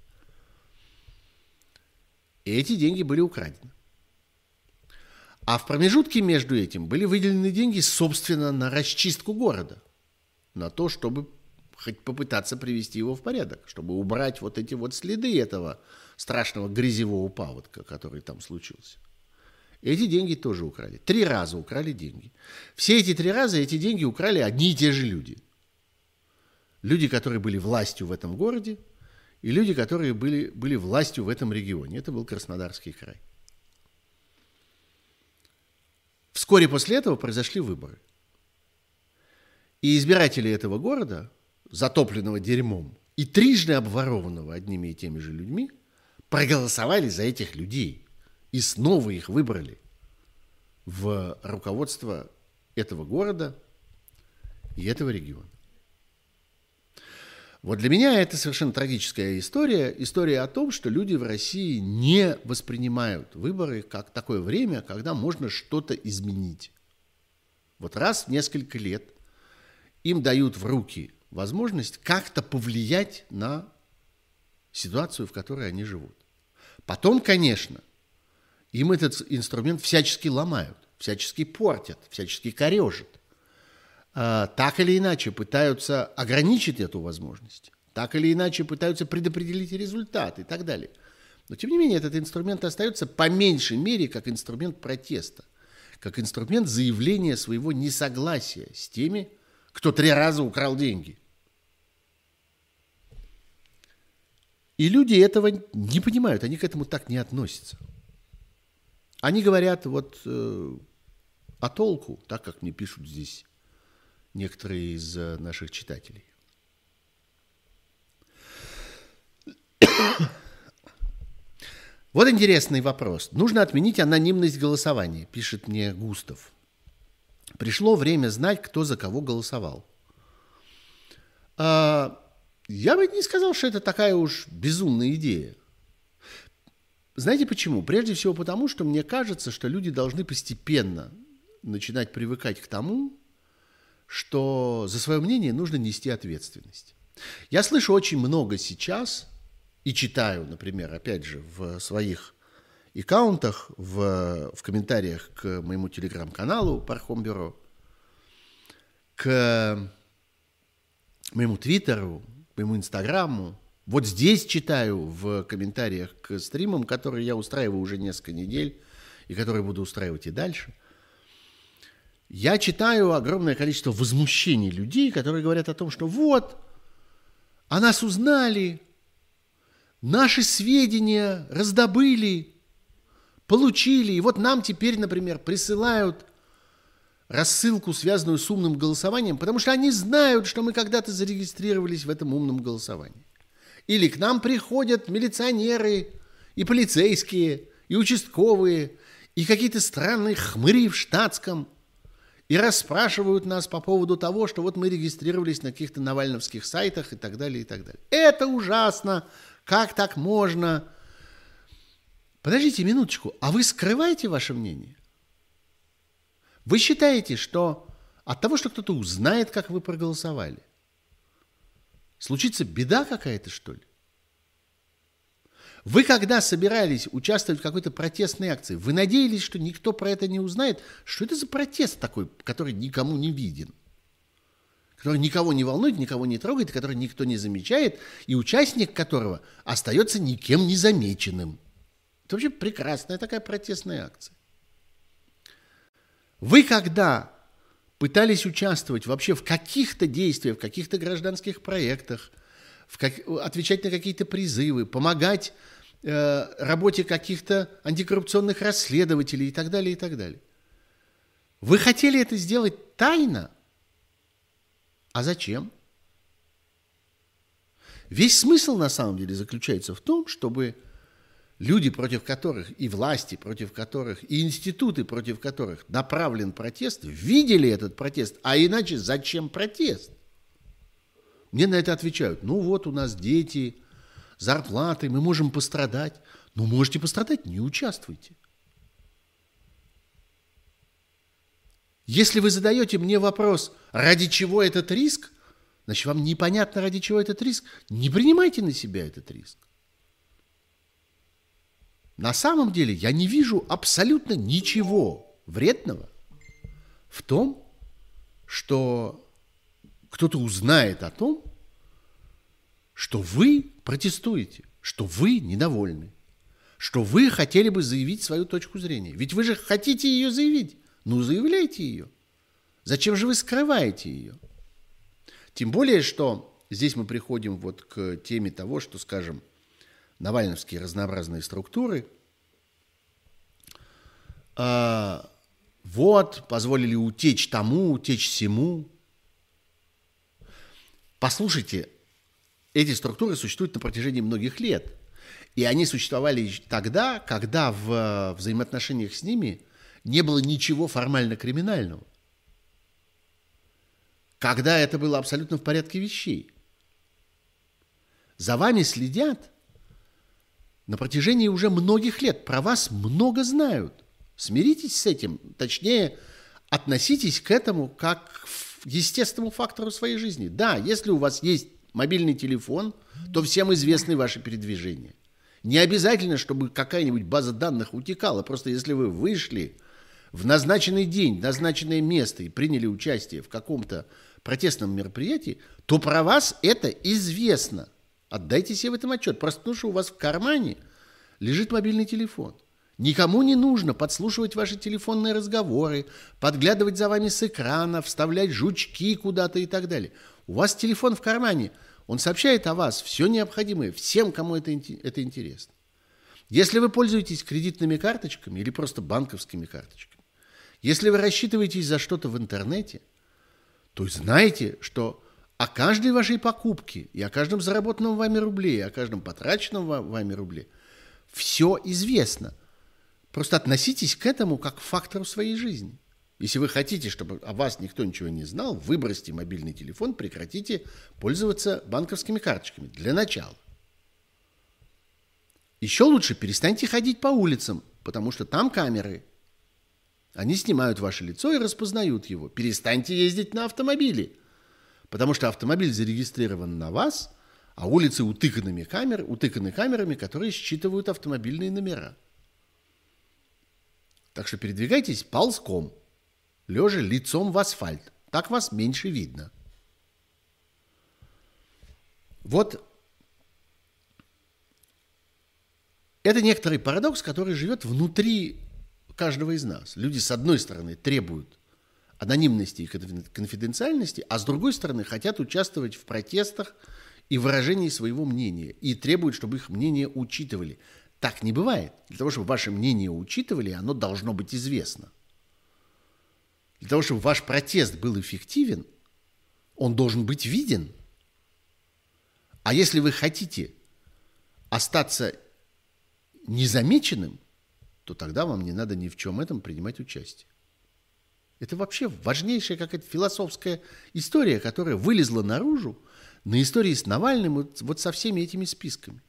И эти деньги были украдены. А в промежутке между этим были выделены деньги, собственно, на расчистку города, на то, чтобы хоть попытаться привести его в порядок, чтобы убрать вот эти вот следы этого страшного грязевого паводка, который там случился. Эти деньги тоже украли. 3 раза украли деньги. Все эти 3 раза эти деньги украли одни и те же люди. Люди, которые были властью в этом городе, и люди, которые были властью в этом регионе. Это был Краснодарский край. Вскоре после этого произошли выборы. И избиратели этого города, затопленного дерьмом и трижды обворованного одними и теми же людьми, проголосовали за этих людей и снова их выбрали в руководство этого города и этого региона. Вот для меня это совершенно трагическая история. История о том, что люди в России не воспринимают выборы как такое время, когда можно что-то изменить. Вот раз в несколько лет им дают в руки возможность как-то повлиять на ситуацию, в которой они живут. Потом, конечно, им этот инструмент всячески ломают, всячески портят, всячески корежат. Так или иначе пытаются ограничить эту возможность, так или иначе пытаются предопределить результат и так далее. Но, тем не менее, этот инструмент остается по меньшей мере как инструмент протеста, как инструмент заявления своего несогласия с теми, кто 3 раза украл деньги. И люди этого не понимают, они к этому так не относятся. Они говорят о толку, так как мне пишут здесь некоторые из наших читателей. Вот интересный вопрос. Нужно отменить анонимность голосования, пишет мне Густав. Пришло время знать, кто за кого голосовал. Я бы не сказал, что это такая уж безумная идея. Знаете почему? Прежде всего потому, что мне кажется, что люди должны постепенно начинать привыкать к тому, что за свое мнение нужно нести ответственность. Я слышу очень много сейчас и читаю, например, опять же, в своих аккаунтах, в комментариях к моему телеграм-каналу Пархом Бюро, к моему твиттеру, к моему инстаграму. Вот здесь читаю в комментариях к стримам, которые я устраиваю уже несколько недель и которые буду устраивать и дальше. Я читаю огромное количество возмущений людей, которые говорят о том, что вот, о нас узнали, наши сведения раздобыли, получили, и вот нам теперь, например, присылают рассылку, связанную с умным голосованием, потому что они знают, что мы когда-то зарегистрировались в этом умном голосовании. Или к нам приходят милиционеры и полицейские, и участковые, и какие-то странные хмыри в штатском, и расспрашивают нас по поводу того, что вот мы регистрировались на каких-то навальновских сайтах и так далее, и так далее. Это ужасно! Как так можно? Подождите минуточку, а вы скрываете ваше мнение? Вы считаете, что от того, что кто-то узнает, как вы проголосовали, случится беда какая-то, что ли? Вы, когда собирались участвовать в какой-то протестной акции, вы надеялись, что никто про это не узнает? Что это за протест такой, который никому не виден? Который никого не волнует, никого не трогает, который никто не замечает, и участник которого остается никем не замеченным. Это вообще прекрасная такая протестная акция. Вы, когда пытались участвовать вообще в каких-то действиях, в каких-то гражданских проектах, отвечать на какие-то призывы, помогать работе каких-то антикоррупционных расследователей и так далее, и так далее. Вы хотели это сделать тайно? А зачем? Весь смысл на самом деле заключается в том, чтобы люди, против которых и власти, против которых и институты, против которых направлен протест, видели этот протест, а иначе зачем протест? Мне на это отвечают: ну вот у нас дети, зарплаты, мы можем пострадать. Ну, можете пострадать, не участвуйте. Если вы задаете мне вопрос, ради чего этот риск, значит, вам непонятно, ради чего этот риск, не принимайте на себя этот риск. На самом деле я не вижу абсолютно ничего вредного в том, что кто-то узнает о том, что вы протестуете, что вы недовольны, что вы хотели бы заявить свою точку зрения. Ведь вы же хотите ее заявить. Ну, заявляйте ее. Зачем же вы скрываете ее? Тем более, что здесь мы приходим вот к теме того, что, скажем, навальновские разнообразные структуры вот, позволили утечь тому, утечь сему. Послушайте, эти структуры существуют на протяжении многих лет. И они существовали тогда, когда в взаимоотношениях с ними не было ничего формально криминального. Когда это было абсолютно в порядке вещей. За вами следят на протяжении уже многих лет. Про вас много знают. Смиритесь с этим. Точнее, относитесь к этому как к естественному фактору своей жизни. Да, если у вас есть мобильный телефон, то всем известны ваши передвижения. Не обязательно, чтобы какая-нибудь база данных утекала. Просто если вы вышли в назначенный день, в назначенное место и приняли участие в каком-то протестном мероприятии, то про вас это известно. Отдайте себе в этом отчет. Просто потому, что у вас в кармане лежит мобильный телефон. Никому не нужно подслушивать ваши телефонные разговоры, подглядывать за вами с экрана, вставлять жучки куда-то и так далее. У вас телефон в кармане, он сообщает о вас все необходимое, всем, кому это интересно. Если вы пользуетесь кредитными карточками или просто банковскими карточками, если вы рассчитываетесь за что-то в интернете, то знайте, что о каждой вашей покупке и о каждом заработанном вами рубле, и о каждом потраченном вами рубле все известно. Просто относитесь к этому как к фактору своей жизни. Если вы хотите, чтобы о вас никто ничего не знал, выбросьте мобильный телефон, прекратите пользоваться банковскими карточками. Для начала. Еще лучше перестаньте ходить по улицам, потому что там камеры. Они снимают ваше лицо и распознают его. Перестаньте ездить на автомобиле, потому что автомобиль зарегистрирован на вас, а улицы утыканы камерами, которые считывают автомобильные номера. Так что передвигайтесь ползком, лежа лицом в асфальт. Так вас меньше видно. Вот это некоторый парадокс, который живет внутри каждого из нас. Люди, с одной стороны, требуют анонимности и конфиденциальности, а с другой стороны, хотят участвовать в протестах и выражении своего мнения, и требуют, чтобы их мнение учитывали. Так не бывает. Для того, чтобы ваше мнение учитывали, оно должно быть известно. Для того, чтобы ваш протест был эффективен, он должен быть виден. А если вы хотите остаться незамеченным, то тогда вам не надо ни в чем этом принимать участие. Это вообще важнейшая какая-то философская история, которая вылезла наружу на истории с Навальным вот со всеми этими списками.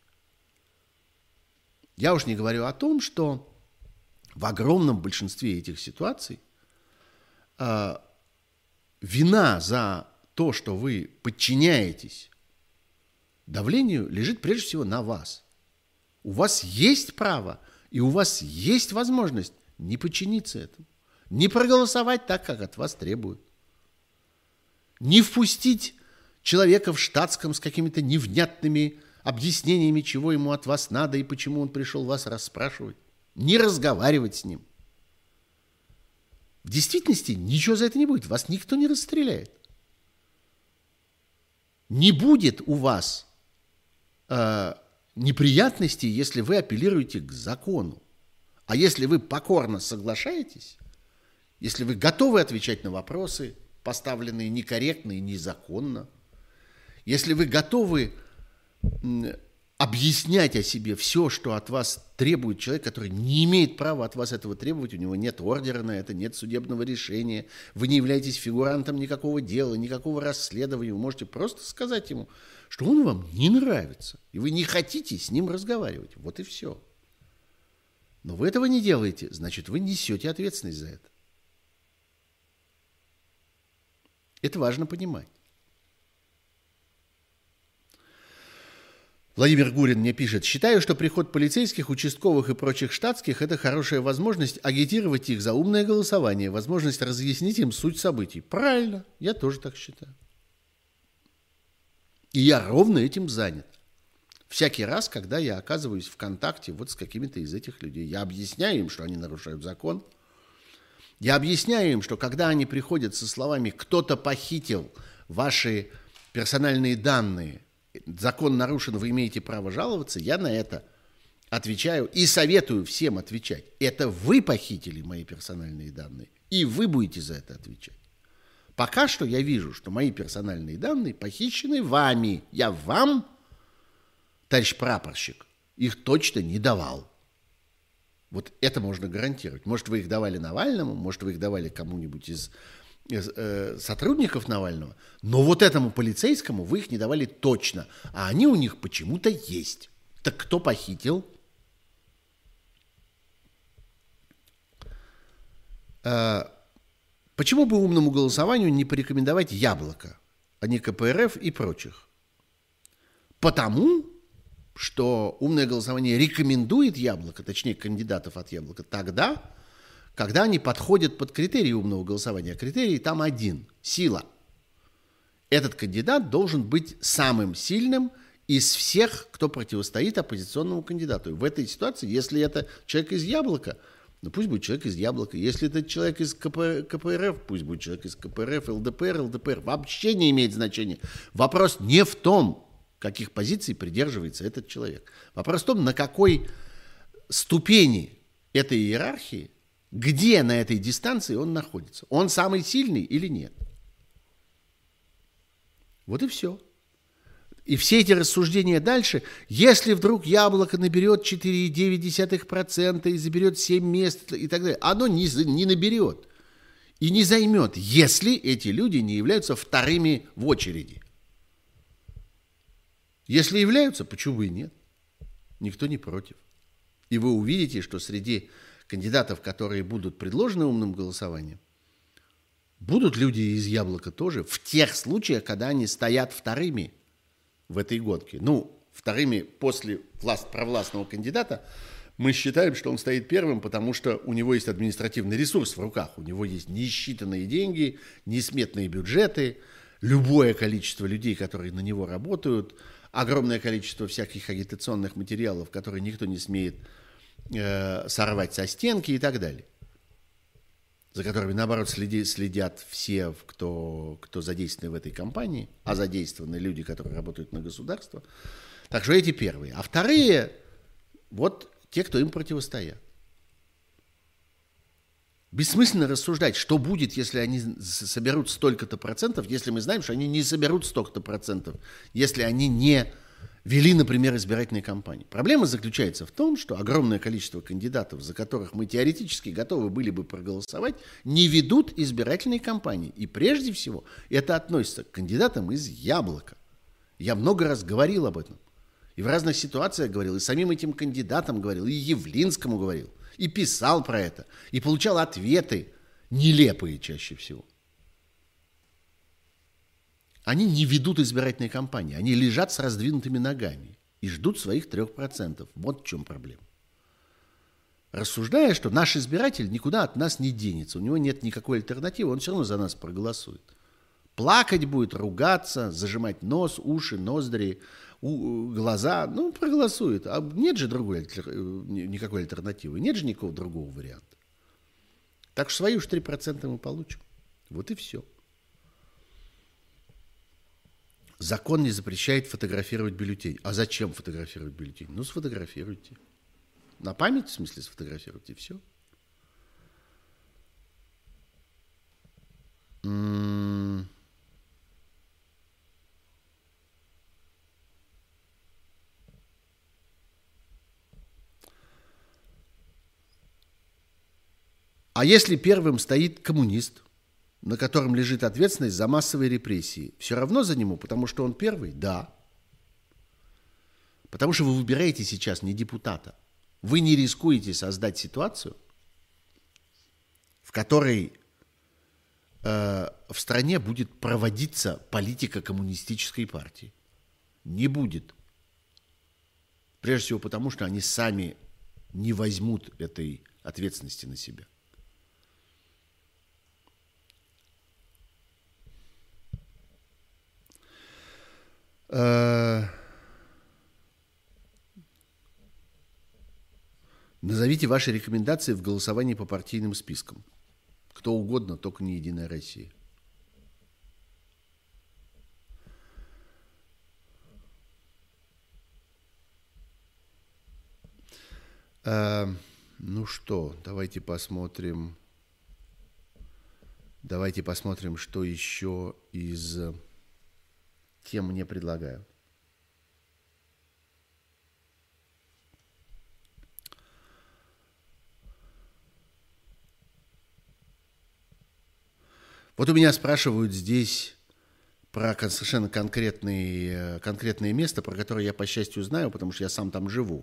Я уж не говорю о том, что в огромном большинстве этих ситуаций вина за то, что вы подчиняетесь давлению, лежит прежде всего на вас. У вас есть право и у вас есть возможность не подчиниться этому, не проголосовать так, как от вас требуют, не впустить человека в штатском с какими-то невнятными объяснениями, чего ему от вас надо и почему он пришел вас расспрашивать, не разговаривать с ним. В действительности ничего за это не будет, вас никто не расстреляет. Не будет у вас неприятностей, если вы апеллируете к закону. А если вы покорно соглашаетесь, если вы готовы отвечать на вопросы, поставленные некорректно и незаконно, если вы готовы объяснять о себе все, что от вас требует человек, который не имеет права от вас этого требовать, у него нет ордера на это, нет судебного решения, вы не являетесь фигурантом никакого дела, никакого расследования, вы можете просто сказать ему, что он вам не нравится, и вы не хотите с ним разговаривать. Вот и все. Но вы этого не делаете, значит, вы несете ответственность за это. Это важно понимать. Владимир Гурин мне пишет: считаю, что приход полицейских, участковых и прочих штатских – это хорошая возможность агитировать их за умное голосование, возможность разъяснить им суть событий. Правильно, я тоже так считаю. И я ровно этим занят. Всякий раз, когда я оказываюсь в контакте вот с какими-то из этих людей, я объясняю им, что они нарушают закон. Я объясняю им, что когда они приходят со словами «кто-то похитил ваши персональные данные», закон нарушен, вы имеете право жаловаться, я на это отвечаю и советую всем отвечать. Это вы похитили мои персональные данные, и вы будете за это отвечать. Пока что я вижу, что мои персональные данные похищены вами. Я вам, товарищ прапорщик, их точно не давал. Вот это можно гарантировать. Может, вы их давали Навальному, может, вы их давали кому-нибудь из сотрудников Навального, но вот этому полицейскому вы их не давали точно, а они у них почему-то есть. Так кто похитил? Почему бы умному голосованию не порекомендовать Яблоко, а не КПРФ и прочих? Потому что умное голосование рекомендует Яблоко, точнее кандидатов от Яблока, тогда, когда они подходят под критерии умного голосования. Критерий там один – сила. Этот кандидат должен быть самым сильным из всех, кто противостоит оппозиционному кандидату. И в этой ситуации, если это человек из Яблока, ну пусть будет человек из Яблока. Если это человек из КПРФ, пусть будет человек из КПРФ, ЛДПР. Вообще не имеет значения. Вопрос не в том, каких позиций придерживается этот человек. Вопрос в том, на какой ступени этой иерархии, где на этой дистанции он находится. Он самый сильный или нет? Вот и все. И все эти рассуждения дальше, если вдруг Яблоко наберет 4,9% и заберет 7 мест и так далее, оно не наберет и не займет, если эти люди не являются вторыми в очереди. Если являются, почему бы и нет? Никто не против. И вы увидите, что среди кандидатов, которые будут предложены умным голосованием, будут люди из Яблока тоже в тех случаях, когда они стоят вторыми в этой гонке. Ну, вторыми после провластного кандидата мы считаем, что он стоит первым, потому что у него есть административный ресурс в руках, у него есть несчитанные деньги, несметные бюджеты, любое количество людей, которые на него работают, огромное количество всяких агитационных материалов, которые никто не смеет сорвать со стенки и так далее, за которыми, наоборот, следят все, кто задействованы в этой кампании, а задействованы люди, которые работают на государство. Так что эти первые. А вторые, вот те, кто им противостоят. Бессмысленно рассуждать, что будет, если они соберут столько-то процентов, если мы знаем, что они не соберут столько-то процентов, если они не вели, например, избирательные кампании. Проблема заключается в том, что огромное количество кандидатов, за которых мы теоретически готовы были бы проголосовать, не ведут избирательные кампании. И прежде всего это относится к кандидатам из Яблока. Я много раз говорил об этом. И в разных ситуациях говорил, и самим этим кандидатам говорил, и Явлинскому говорил, и писал про это, и получал ответы, нелепые чаще всего. Они не ведут избирательные кампании, они лежат с раздвинутыми ногами и ждут своих 3%. Вот в чем проблема. Рассуждая, что наш избиратель никуда от нас не денется, у него нет никакой альтернативы, он все равно за нас проголосует. Плакать будет, ругаться, зажимать нос, уши, ноздри, глаза, ну, проголосует. А нет же никакой альтернативы, нет же никакого другого варианта. Так что свои уж 3% мы получим. Вот и все. Закон не запрещает фотографировать бюллетень. А зачем фотографировать бюллетень? Ну, сфотографируйте. На память, в смысле, сфотографируйте, и все. А если первым стоит коммунист, на котором лежит ответственность за массовые репрессии, все равно за него, потому что он первый? Да. Потому что вы выбираете сейчас не депутата. Вы не рискуете создать ситуацию, в которой в стране будет проводиться политика коммунистической партии. Не будет. Прежде всего потому, что они сами не возьмут этой ответственности на себя. Назовите ваши рекомендации в голосовании по партийным спискам. Кто угодно, только не «Единая Россия». Ну что, давайте посмотрим, что еще из тем мне предлагают. Вот у меня спрашивают здесь про совершенно конкретное место, про которое я, по счастью, знаю, потому что я сам там живу.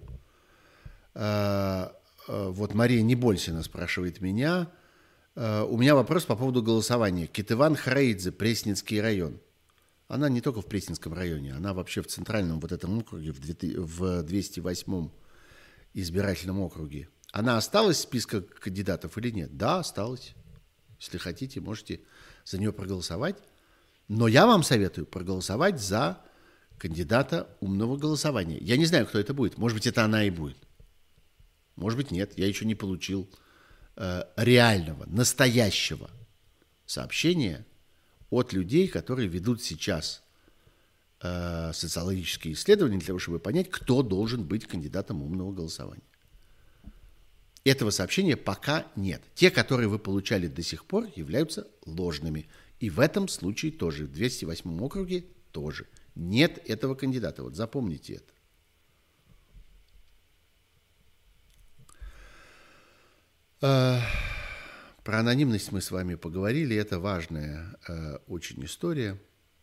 Вот Мария Небольсина спрашивает меня. У меня вопрос по поводу голосования. Кетыван Храидзе, Пресницкий район. Она не только в Пресненском районе, она вообще в центральном вот этом округе, в 208-м избирательном округе. Она осталась в списке кандидатов или нет? Да, осталась. Если хотите, можете за нее проголосовать. Но я вам советую проголосовать за кандидата умного голосования. Я не знаю, кто это будет. Может быть, это она и будет. Может быть, нет. Я еще не получил реального, настоящего сообщения от людей, которые ведут сейчас социологические исследования для того, чтобы понять, кто должен быть кандидатом умного голосования. Этого сообщения пока нет. Те, которые вы получали до сих пор, являются ложными. И в этом случае тоже, в 208 округе тоже. Нет этого кандидата. Вот запомните это. Про анонимность мы с вами поговорили. Это важная очень история.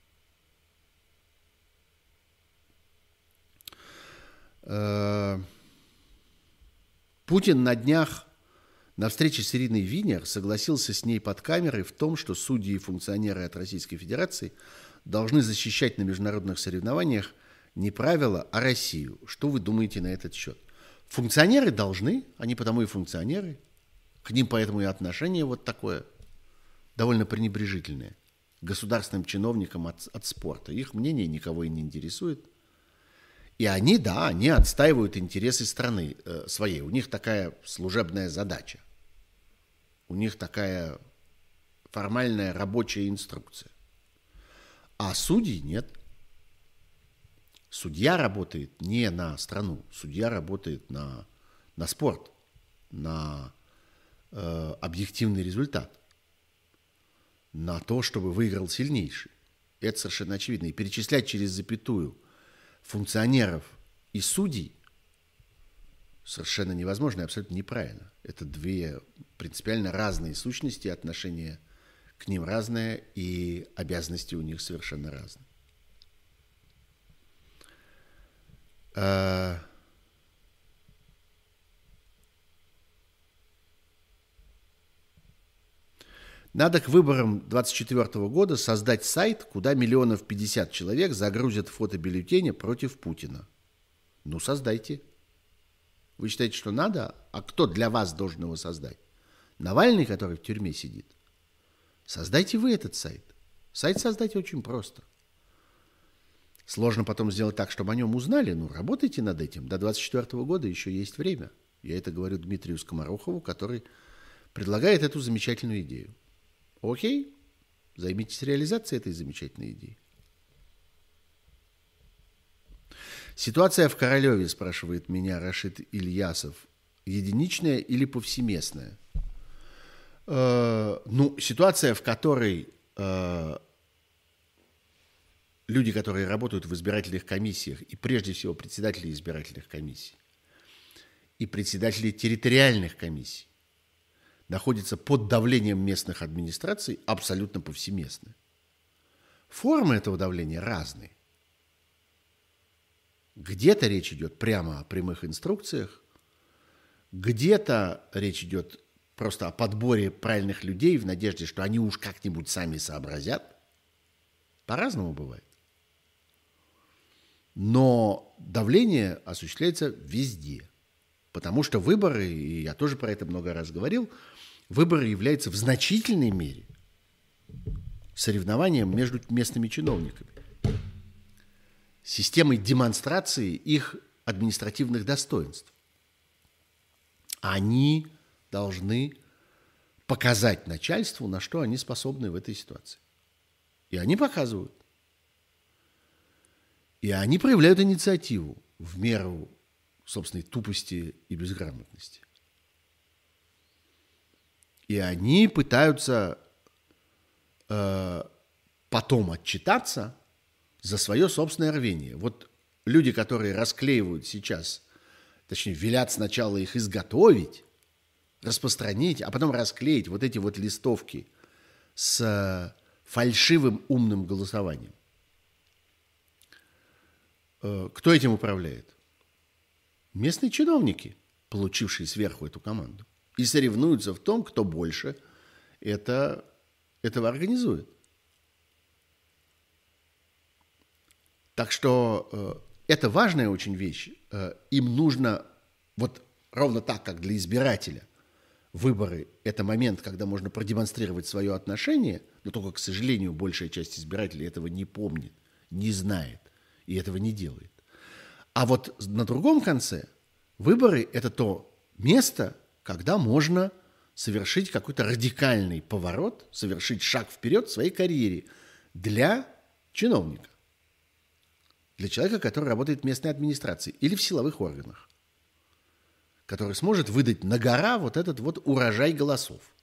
Путин на днях на встрече с Ириной Винер согласился с ней под камерой в том, что судьи и функционеры от Российской Федерации должны защищать на международных соревнованиях не правила, а Россию. Что вы думаете на этот счет? Функционеры должны, они потому и функционеры. К ним поэтому и отношение вот такое, довольно пренебрежительное, к государственным чиновникам от спорта. Их мнение никого и не интересует. И они, да, они отстаивают интересы страны своей. У них такая служебная задача. У них такая формальная рабочая инструкция. А судей нет. Судья работает не на страну. Судья работает на спорт, на объективный результат, на то, чтобы выиграл сильнейший. Это совершенно очевидно. И перечислять через запятую функционеров и судей совершенно невозможно и абсолютно неправильно. Это две принципиально разные сущности, отношения к ним разные, и обязанности у них совершенно разные. Надо к выборам 2024 года создать сайт, куда 50 миллионов человек загрузят фотобюллетени против Путина. Ну, создайте. Вы считаете, что надо? А кто для вас должен его создать? Навальный, который в тюрьме сидит? Создайте вы этот сайт. Сайт создать очень просто. Сложно потом сделать так, чтобы о нем узнали. Ну, работайте над этим. До 2024 года еще есть время. Я это говорю Дмитрию Скоморохову, который предлагает эту замечательную идею. Окей, займитесь реализацией этой замечательной идеи. Ситуация в Королеве, спрашивает меня Рашид Ильясов, единичная или повсеместная? Ситуация, в которой люди, которые работают в избирательных комиссиях, и прежде всего председатели избирательных комиссий, и председатели территориальных комиссий, находятся под давлением местных администраций, абсолютно повсеместны. Формы этого давления разные. Где-то речь идет прямо о прямых инструкциях, где-то речь идет просто о подборе правильных людей в надежде, что они уж как-нибудь сами сообразят. По-разному бывает. Но давление осуществляется везде. Потому что выборы, и я тоже про это много раз говорил, выборы являются в значительной мере соревнованием между местными чиновниками, системой демонстрации их административных достоинств. Они должны показать начальству, на что они способны в этой ситуации. И они показывают. И они проявляют инициативу в меру собственной тупости и безграмотности. И они пытаются потом отчитаться за свое собственное рвение. Вот люди, которые расклеивают сейчас, точнее, велят сначала их изготовить, распространить, а потом расклеить вот эти вот листовки с фальшивым умным голосованием. Кто этим управляет? Местные чиновники, получившие сверху эту команду, и соревнуются в том, кто больше этого организует. Так что это важная очень вещь. Им нужно, вот ровно так, как для избирателя, выборы – это момент, когда можно продемонстрировать свое отношение, но только, к сожалению, большая часть избирателей этого не помнит, не знает и этого не делает. А вот на другом конце выборы – это то место, когда можно совершить какой-то радикальный поворот, совершить шаг вперед в своей карьере для чиновника, для человека, который работает в местной администрации или в силовых органах, который сможет выдать на гора вот этот вот урожай голосов,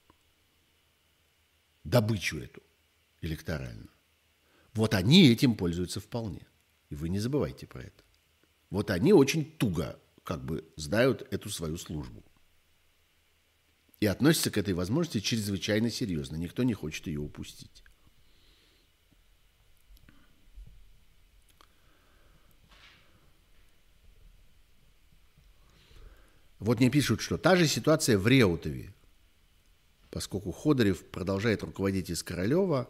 добычу эту электоральную. Вот они этим пользуются вполне. И вы не забывайте про это. Вот они очень туго как бы знают эту свою службу. И относятся к этой возможности чрезвычайно серьезно. Никто не хочет ее упустить. Вот мне пишут, что та же ситуация в Реутове, поскольку Ходорев продолжает руководить из Королева.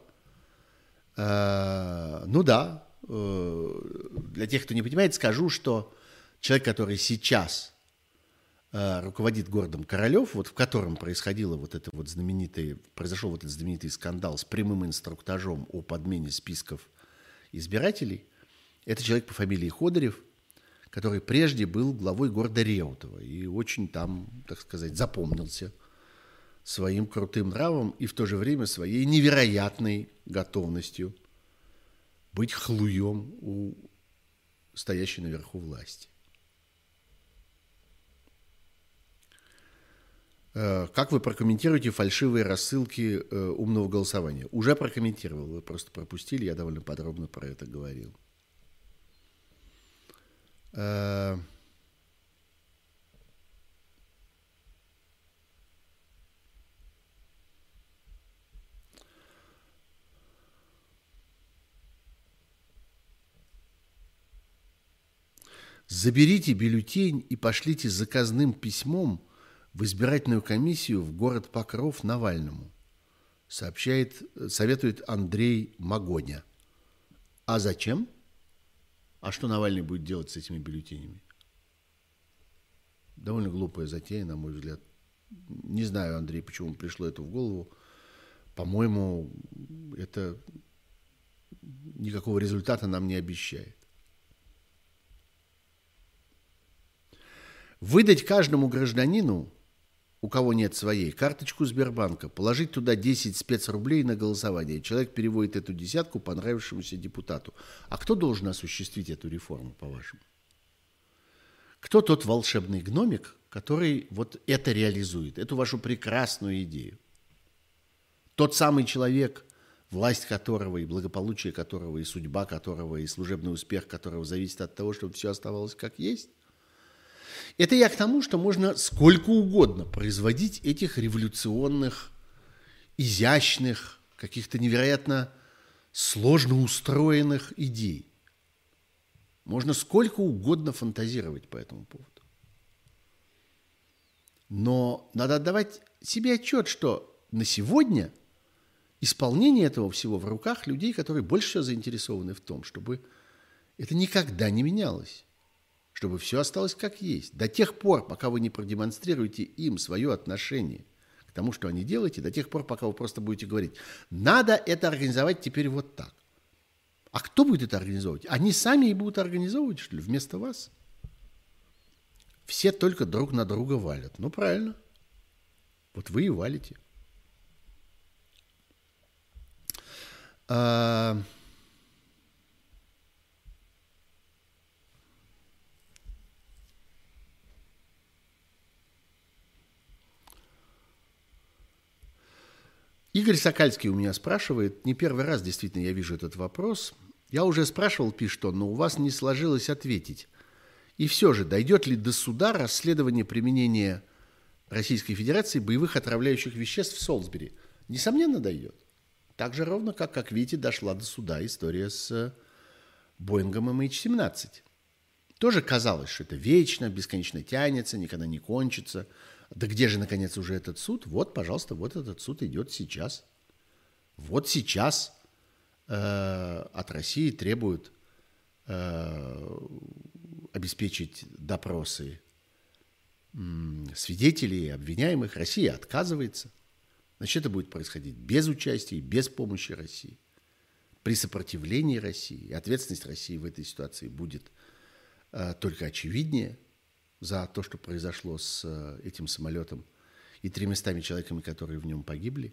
Для тех, кто не понимает, скажу, что человек, который сейчас руководит городом Королев, вот в котором произошел вот этот знаменитый скандал с прямым инструктажом о подмене списков избирателей, это человек по фамилии Ходорев, который прежде был главой города Реутова и очень там, так сказать, запомнился своим крутым нравом и в то же время своей невероятной готовностью быть хлуем у стоящей наверху власти. Как вы прокомментируете фальшивые рассылки умного голосования? Уже прокомментировал, вы просто пропустили, я довольно подробно про это говорил. Заберите бюллетень и пошлите заказным письмом в избирательную комиссию в город Покров Навальному, советует Андрей Магоня. А зачем? А что Навальный будет делать с этими бюллетенями? Довольно глупая затея, на мой взгляд. Не знаю, Андрей, почему пришло это в голову. По-моему, это никакого результата нам не обещает. Выдать каждому гражданину, у кого нет своей, карточку Сбербанка, положить туда 10 спецрублей на голосование. Человек переводит эту десятку понравившемуся депутату. А кто должен осуществить эту реформу, по-вашему? Кто тот волшебный гномик, который вот это реализует, эту вашу прекрасную идею? Тот самый человек, власть которого и благополучие которого, и судьба которого, и служебный успех которого зависит от того, чтобы все оставалось как есть? Это я к тому, что можно сколько угодно производить этих революционных, изящных, каких-то невероятно сложно устроенных идей. Можно сколько угодно фантазировать по этому поводу. Но надо отдавать себе отчет, что на сегодня исполнение этого всего в руках людей, которые больше всего заинтересованы в том, чтобы это никогда не менялось. Чтобы все осталось как есть. До тех пор, пока вы не продемонстрируете им свое отношение к тому, что они делаете, до тех пор, пока вы просто будете говорить, надо это организовать теперь вот так. А кто будет это организовывать? Они сами и будут организовывать, что ли, вместо вас? Все только друг на друга валят. Ну, правильно. Вот вы и валите. Игорь Сокальский у меня спрашивает, не первый раз действительно я вижу этот вопрос. Я уже спрашивал, пишет он, но у вас не сложилось ответить. И все же, дойдет ли до суда расследование применения Российской Федерации боевых отравляющих веществ в Солсбери? Несомненно, дойдет. Так же ровно, как видите, дошла до суда история с Боингом MH17. Тоже казалось, что это вечно, бесконечно тянется, никогда не кончится. Да где же, наконец, уже этот суд? Вот, пожалуйста, вот этот суд идет сейчас. Вот сейчас от России требуют обеспечить допросы свидетелей и обвиняемых. Россия отказывается. Значит, это будет происходить без участия, без помощи России. При сопротивлении России. И ответственность России в этой ситуации будет только очевиднее за то, что произошло с этим самолетом и 300 человеками, которые в нем погибли.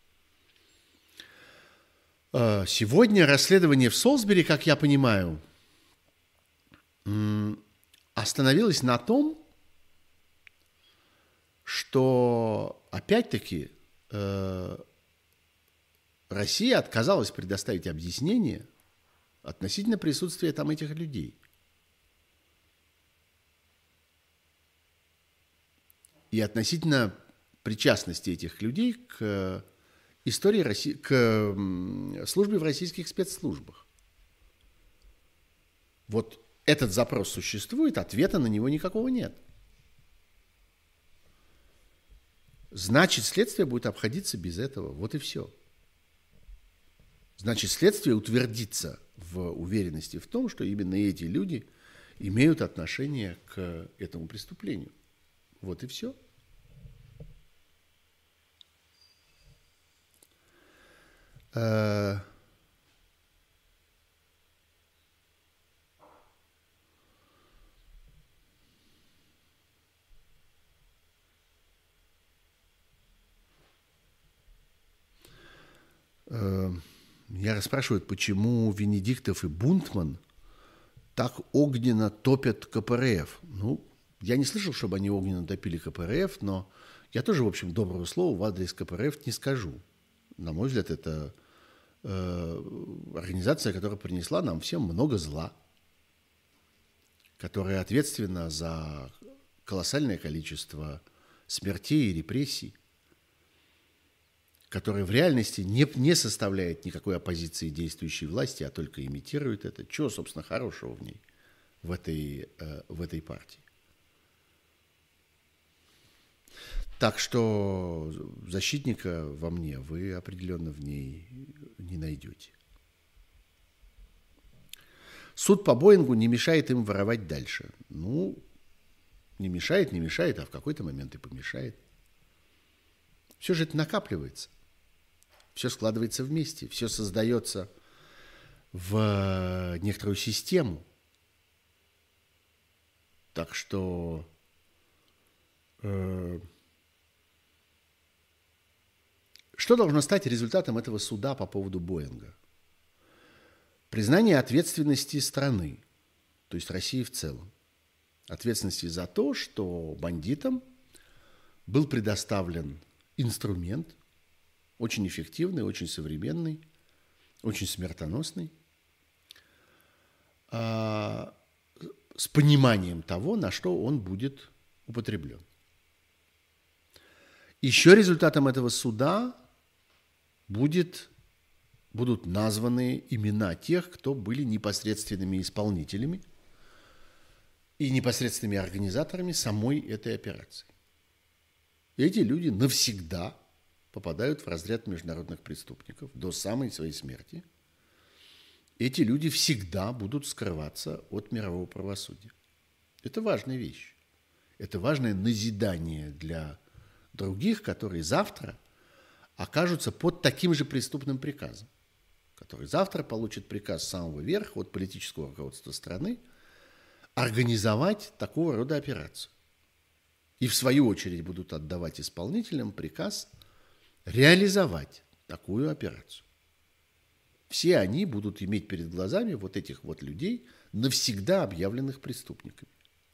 Сегодня расследование в Солсбери, как я понимаю, остановилось на том, что, опять-таки, Россия отказалась предоставить объяснение относительно присутствия там этих людей. И относительно причастности этих людей к истории России, к службе в российских спецслужбах. Вот этот запрос существует, ответа на него никакого нет. Значит, следствие будет обходиться без этого. Вот и все. Значит, следствие утвердится в уверенности в том, что именно эти люди имеют отношение к этому преступлению. Вот и все. Меня расспрашивают, почему Венедиктов и Бунтман так огненно топят КПРФ. Ну, я не слышал, чтобы они огненно топили КПРФ, но Я тоже, в общем, доброго слова в адрес КПРФ не скажу. На мой взгляд, это организация, которая принесла нам всем много зла, которая ответственна за колоссальное количество смертей и репрессий, которая в реальности не составляет никакой оппозиции действующей власти, а только имитирует это. Чего, собственно, хорошего в ней, в этой партии? Так что защитника во мне вы определенно в ней не найдете. Суд по Боингу не мешает им воровать дальше. Ну, не мешает, а в какой-то момент и помешает. Все же это накапливается. Все складывается вместе, все создается в некоторую систему. Так что что должно стать результатом этого суда по поводу Боинга? Признание ответственности страны, то есть России в целом. Ответственности за то, что бандитам был предоставлен инструмент, очень эффективный, очень современный, очень смертоносный, с пониманием того, на что он будет употреблен. Еще результатом этого суда будут названы имена тех, кто были непосредственными исполнителями и непосредственными организаторами самой этой операции. И эти люди навсегда попадают в разряд международных преступников до самой своей смерти. Эти люди всегда будут скрываться от мирового правосудия. Это важная вещь. Это важное назидание для других, которые завтра окажутся под таким же преступным приказом, который завтра получит приказ с самого верха от политического руководства страны организовать такого рода операцию. И в свою очередь будут отдавать исполнителям приказ реализовать такую операцию. Все они будут иметь перед глазами вот этих вот людей, навсегда объявленных преступниками.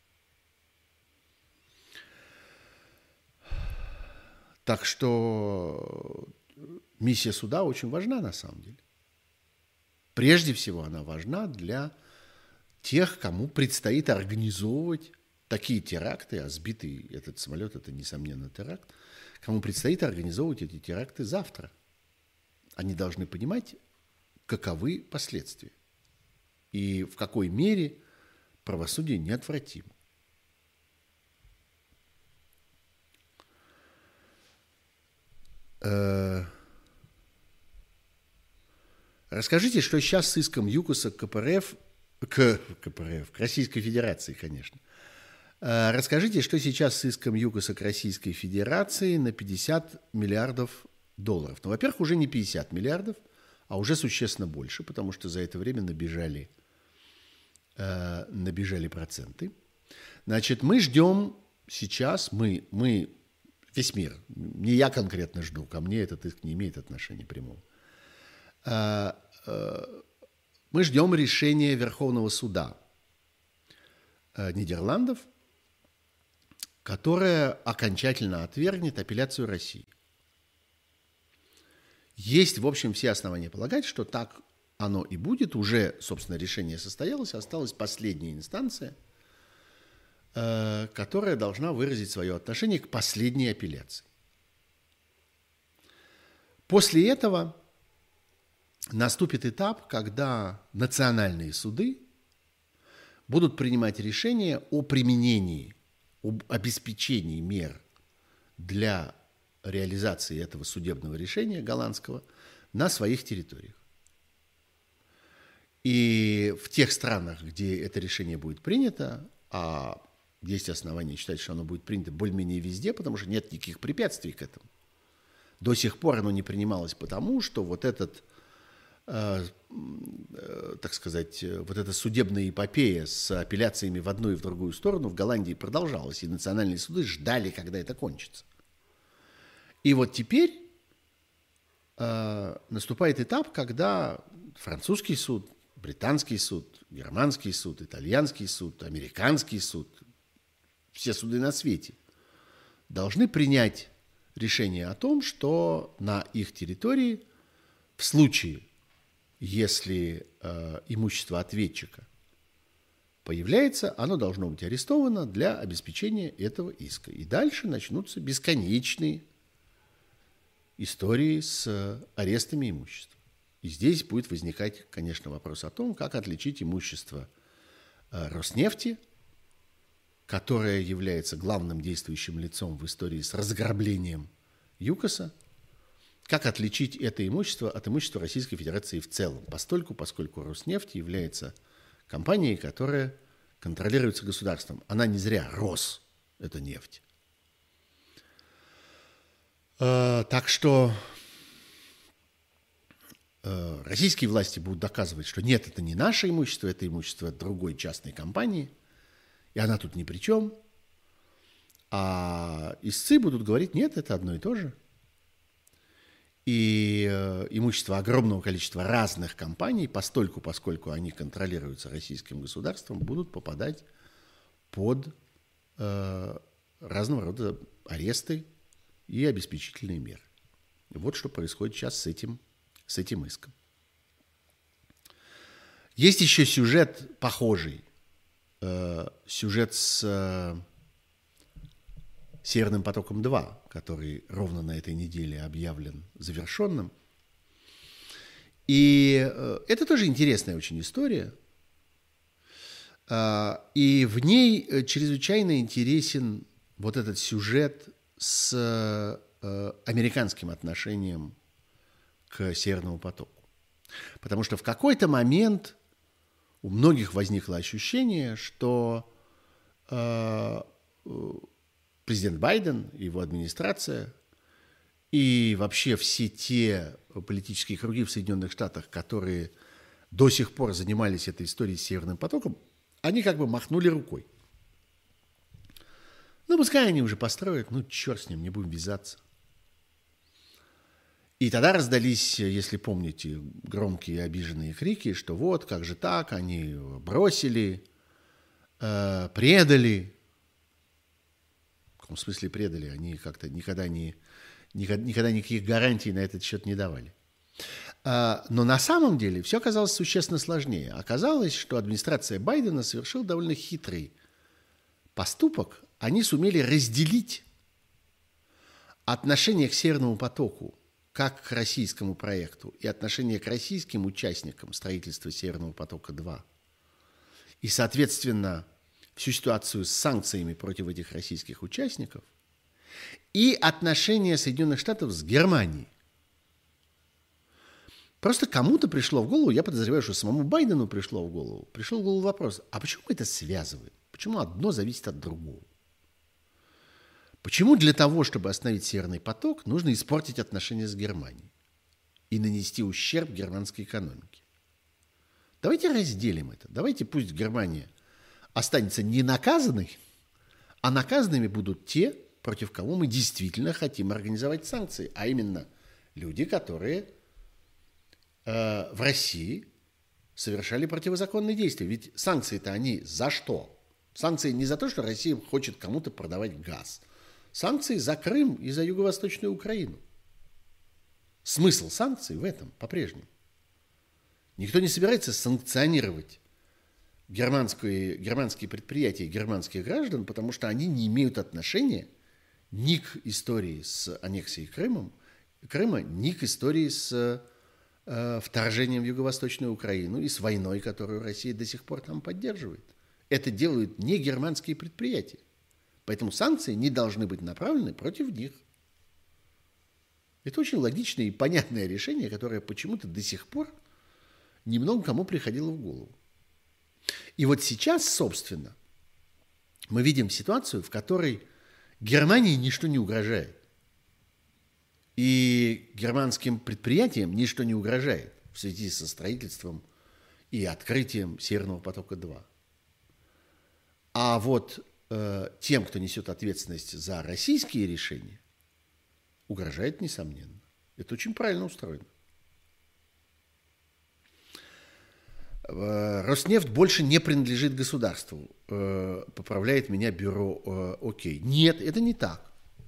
Так что миссия суда очень важна на самом деле. Прежде всего она важна для тех, кому предстоит организовывать такие теракты, а сбитый этот самолет – это, несомненно, теракт, кому предстоит организовывать эти теракты завтра. Они должны понимать, каковы последствия и в какой мере правосудие неотвратимо. Расскажите, что сейчас с иском ЮКОСа к Российской Федерации, конечно. Расскажите, что сейчас с иском ЮКОСа к Российской Федерации на 50 миллиардов долларов. Ну, во-первых, уже не 50 миллиардов, а уже существенно больше, потому что за это время набежали проценты. Значит, мы ждем сейчас, мы весь мир, не я конкретно жду, ко мне этот иск не имеет отношения прямого. Мы ждем решения Верховного суда Нидерландов, которое окончательно отвергнет апелляцию России. Есть, в общем, все основания полагать, что так оно и будет. Уже, собственно, решение состоялось, осталась последняя инстанция, которая должна выразить свое отношение к последней апелляции. После этого наступит этап, когда национальные суды будут принимать решения о применении, об обеспечении мер для реализации этого судебного решения голландского на своих территориях. И в тех странах, где это решение будет принято, а есть основания считать, что оно будет принято более-менее везде, потому что нет никаких препятствий к этому. До сих пор оно не принималось потому, что вот этот, так сказать, вот эта судебная эпопея с апелляциями в одну и в другую сторону в Голландии продолжалась, и национальные суды ждали, когда это кончится. И вот теперь наступает этап, когда французский суд, британский суд, германский суд, итальянский суд, американский суд, все суды на свете должны принять решение о том, что на их территории в случае, если имущество ответчика появляется, оно должно быть арестовано для обеспечения этого иска. И дальше начнутся бесконечные истории с арестами имущества. И здесь будет возникать, конечно, вопрос о том, как отличить имущество Роснефти, которое является главным действующим лицом в истории с разграблением ЮКОСа, как отличить это имущество от имущества Российской Федерации в целом, поскольку Роснефть является компанией, которая контролируется государством. Она не зря Рос, это нефть. Так что российские власти будут доказывать, что нет, это не наше имущество, это имущество другой частной компании, и она тут ни при чем. А истцы будут говорить, нет, это одно и то же. И имущество огромного количества разных компаний, поскольку они контролируются российским государством, будут попадать под разного рода аресты и обеспечительные меры. Вот что происходит сейчас с этим иском. Есть еще сюжет похожий. Сюжет с «Северным потоком-2», который ровно на этой неделе объявлен завершенным. И это тоже интересная очень история. И в ней чрезвычайно интересен вот этот сюжет с американским отношением к Северному потоку. Потому что в какой-то момент у многих возникло ощущение, что президент Байден, его администрация и вообще все те политические круги в Соединенных Штатах, которые до сих пор занимались этой историей с Северным потоком, они как бы махнули рукой. Ну, пускай они уже построят, ну, черт с ним, не будем ввязаться. И тогда раздались, если помните, громкие обиженные крики, что вот, как же так, они бросили, предали. В каком смысле предали? Они как-то никогда никаких гарантий на этот счет не давали. Но на самом деле все оказалось существенно сложнее. Оказалось, что администрация Байдена совершила довольно хитрый поступок. Они сумели разделить отношение к Северному потоку как к российскому проекту и отношение к российским участникам строительства Северного потока-2. И, соответственно, всю ситуацию с санкциями против этих российских участников и отношения Соединенных Штатов с Германией. Просто кому-то пришло в голову, я подозреваю, что самому Байдену пришел в голову вопрос, а почему мы это связываем? Почему одно зависит от другого? Почему для того, чтобы остановить Северный поток, нужно испортить отношения с Германией и нанести ущерб германской экономике? Давайте разделим это. Давайте пусть Германия останется не наказанной, а наказанными будут те, против кого мы действительно хотим организовать санкции, а именно люди, которые в России совершали противозаконные действия. Ведь санкции-то они за что? Санкции не за то, что Россия хочет кому-то продавать газ. Санкции за Крым и за Юго-Восточную Украину. Смысл санкций в этом по-прежнему. Никто не собирается санкционировать германские предприятия, германских граждан, потому что они не имеют отношения ни к истории с аннексией Крыма, ни к истории с вторжением в Юго-Восточную Украину и с войной, которую Россия до сих пор там поддерживает. Это делают не германские предприятия. Поэтому санкции не должны быть направлены против них. Это очень логичное и понятное решение, которое почему-то до сих пор немного кому приходило в голову. И вот сейчас, собственно, мы видим ситуацию, в которой Германии ничто не угрожает. И германским предприятиям ничто не угрожает в связи со строительством и открытием Северного потока-2. А вот тем, кто несет ответственность за российские решения, угрожает несомненно. Это очень правильно устроено. Роснефть больше не принадлежит государству, поправляет меня бюро «Окей». Нет, это не так.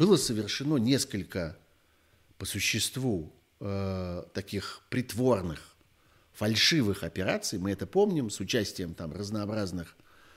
было совершено несколько, по существу, таких притворных, фальшивых операций. Мы это помним с участием там разнообразных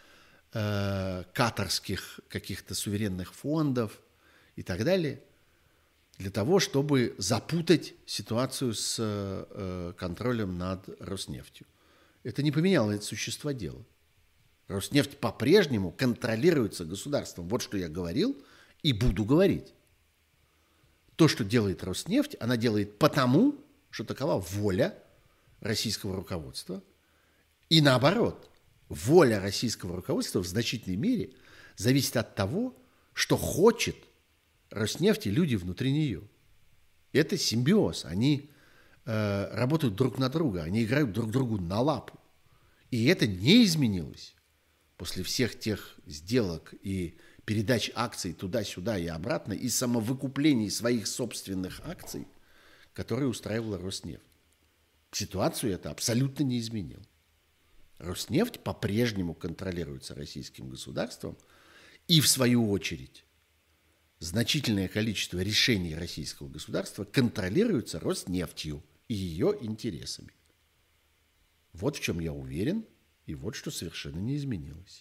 катарских каких-то суверенных фондов и так далее, для того, чтобы запутать ситуацию с контролем над Роснефтью. Это не поменяло это существо дела. Роснефть по-прежнему контролируется государством. Вот что я говорил и буду говорить. То, что делает Роснефть, она делает потому, что такова воля российского руководства. И наоборот, воля российского руководства в значительной мере зависит от того, что хочет Роснефть и люди внутри нее. Это симбиоз. Они работают друг на друга, они играют друг другу на лапу. И это не изменилось после всех тех сделок и передач акций туда-сюда и обратно, и самовыкуплений своих собственных акций, которые устраивала Роснефть. Ситуацию это абсолютно не изменило. Роснефть по-прежнему контролируется российским государством, и в свою очередь значительное количество решений российского государства контролируется Роснефтью и ее интересами. Вот в чем я уверен, и вот что совершенно не изменилось.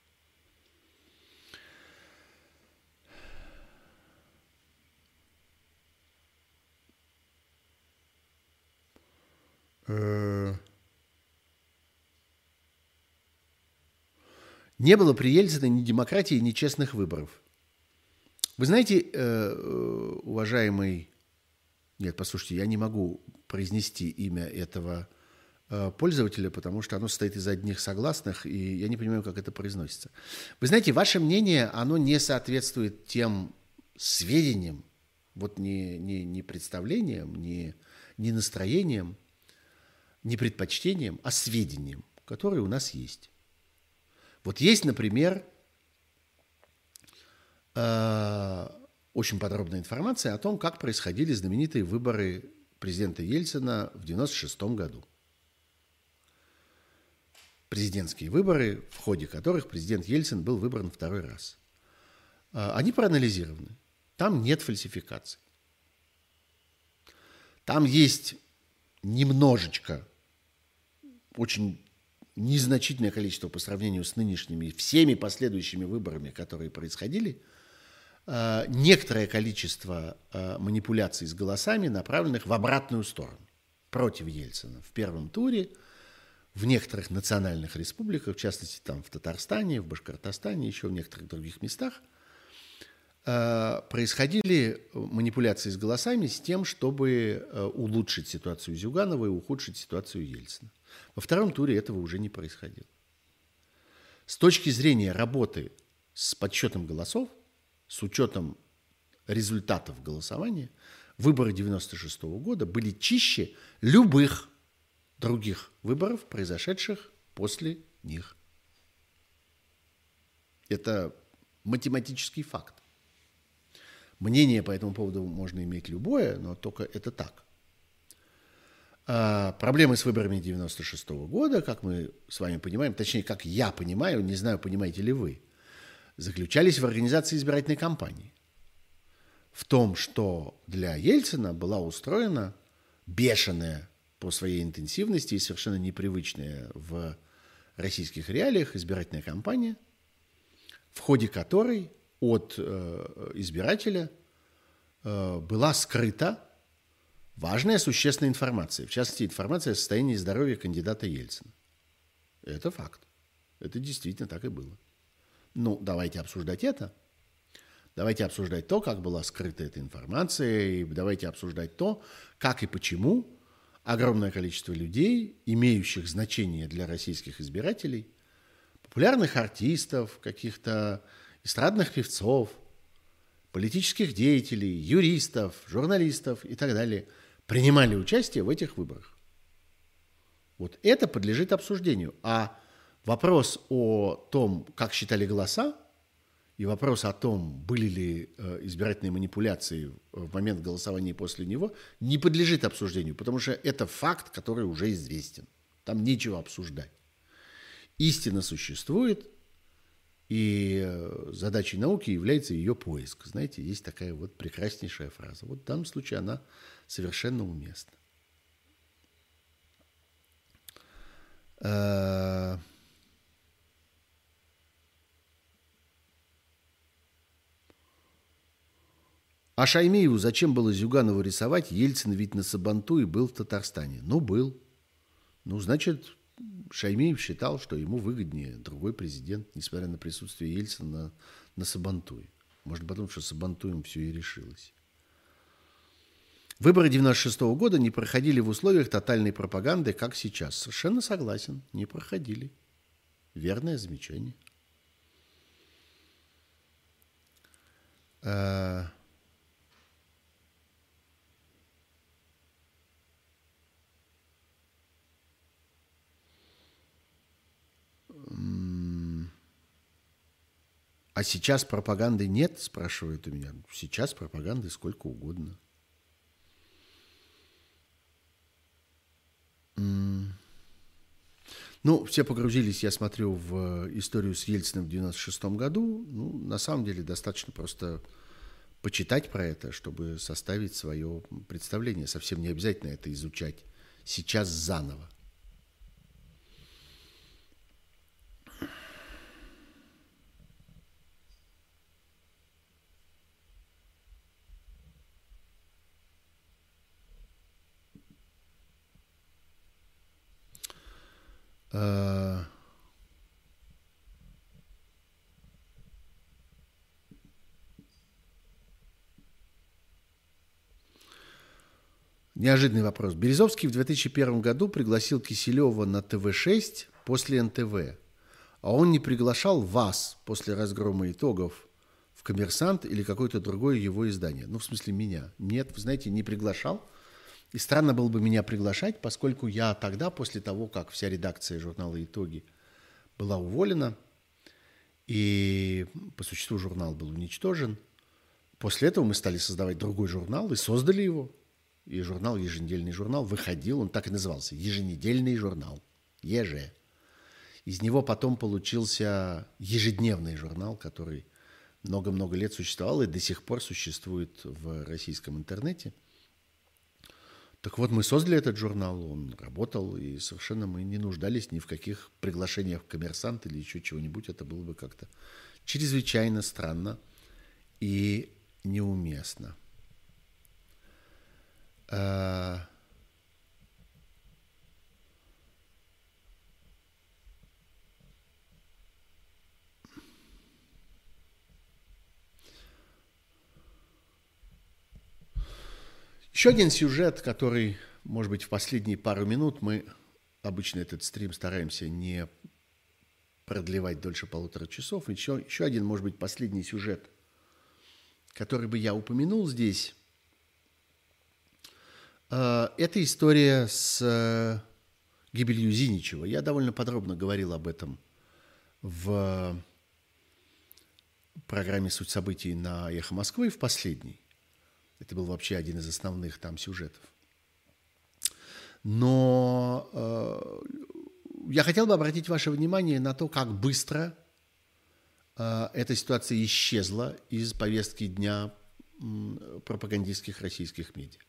Не было при Ельцине ни демократии, ни честных выборов. Вы знаете, уважаемый... Нет, послушайте, я не могу произнести имя этого пользователя, потому что оно состоит из одних согласных, и я не понимаю, как это произносится. Вы знаете, ваше мнение, оно не соответствует тем сведениям, вот не представлениям, не настроениям, не предпочтениям, а сведениям, которые у нас есть. Вот есть, например, очень подробная информация о том, как происходили знаменитые выборы президента Ельцина в 1996 году. Президентские выборы, в ходе которых президент Ельцин был выбран второй раз. Они проанализированы. Там нет фальсификаций. Там есть немножечко, очень незначительное количество по сравнению с нынешними всеми последующими выборами, которые происходили, некоторое количество манипуляций с голосами, направленных в обратную сторону, против Ельцина. В первом туре в некоторых национальных республиках, в частности там в Татарстане, в Башкортостане, еще в некоторых других местах, происходили манипуляции с голосами с тем, чтобы улучшить ситуацию Зюганова и ухудшить ситуацию Ельцина. Во втором туре этого уже не происходило. С точки зрения работы с подсчетом голосов, с учетом результатов голосования, выборы 1996 года были чище любых других выборов, произошедших после них. Это математический факт. Мнение по этому поводу можно иметь любое, но только это так. Проблемы с выборами 1996 года, как мы с вами понимаем, точнее, как я понимаю, не знаю, понимаете ли вы, заключались в организации избирательной кампании. В том, что для Ельцина была устроена бешеная по своей интенсивности и совершенно непривычная в российских реалиях избирательная кампания, в ходе которой от избирателя была скрыта важная существенная информация, в частности, информация о состоянии здоровья кандидата Ельцина. Это факт. Это действительно так и было. Ну, давайте обсуждать это. Давайте обсуждать то, как была скрыта эта информация, и давайте обсуждать то, как и почему огромное количество людей, имеющих значение для российских избирателей, популярных артистов, каких-то эстрадных певцов, политических деятелей, юристов, журналистов и так далее, принимали участие в этих выборах. Вот это подлежит обсуждению. А вопрос о том, как считали голоса, и вопрос о том, были ли избирательные манипуляции в момент голосования и после него, не подлежит обсуждению, потому что это факт, который уже известен. Там нечего обсуждать. Истина существует, И задачей науки является ее поиск. Знаете, есть такая вот прекраснейшая фраза. Вот в данном случае она совершенно уместна. А Шаймиеву зачем было Зюганову рисовать? Ельцин ведь на Сабантуе был в Татарстане. Ну, был. Ну, значит, Шаймиев считал, что ему выгоднее другой президент, несмотря на присутствие Ельцина на Сабантуе. Может, потому что Сабантуем все и решилось. Выборы 1996 года не проходили в условиях тотальной пропаганды, как сейчас. Совершенно согласен, не проходили. Верное замечание. А сейчас пропаганды нет, спрашивают у меня. Сейчас пропаганды сколько угодно. Ну, все погрузились, я смотрю, в историю с Ельциным в 1996 году. Ну, на самом деле, достаточно просто почитать про это, чтобы составить свое представление. Совсем не обязательно это изучать сейчас заново. Неожиданный вопрос. Березовский в 2001 году пригласил Киселева на ТВ-6 после НТВ, а он не приглашал вас после разгрома итогов в «Коммерсант» или какое-то другое его издание. Ну, в смысле, меня. Нет, вы знаете, не приглашал. И странно было бы меня приглашать, поскольку я тогда, после того, как вся редакция журнала «Итоги» была уволена, и по существу журнал был уничтожен, после этого мы стали создавать другой журнал и создали его. И журнал, еженедельный журнал, выходил, он так и назывался, еженедельный журнал, ЕЖ. Из него потом получился ежедневный журнал, который много-много лет существовал и до сих пор существует в российском интернете. Так вот, мы создали этот журнал, он работал, и совершенно мы не нуждались ни в каких приглашениях в «Коммерсант» или еще чего-нибудь. Это было бы как-то чрезвычайно странно и неуместно. Еще один сюжет, который, может быть, в последние пару минут, мы обычно этот стрим стараемся не продлевать дольше 1,5 часа. Еще один, может быть, последний сюжет, который бы я упомянул здесь. Это история с гибелью Зиничева. Я довольно подробно говорил об этом в программе «Суть событий» на «Эхо Москвы» в последней. Это был вообще один из основных там сюжетов. Но я хотел бы обратить ваше внимание на то, как быстро эта ситуация исчезла из повестки дня пропагандистских российских медиа.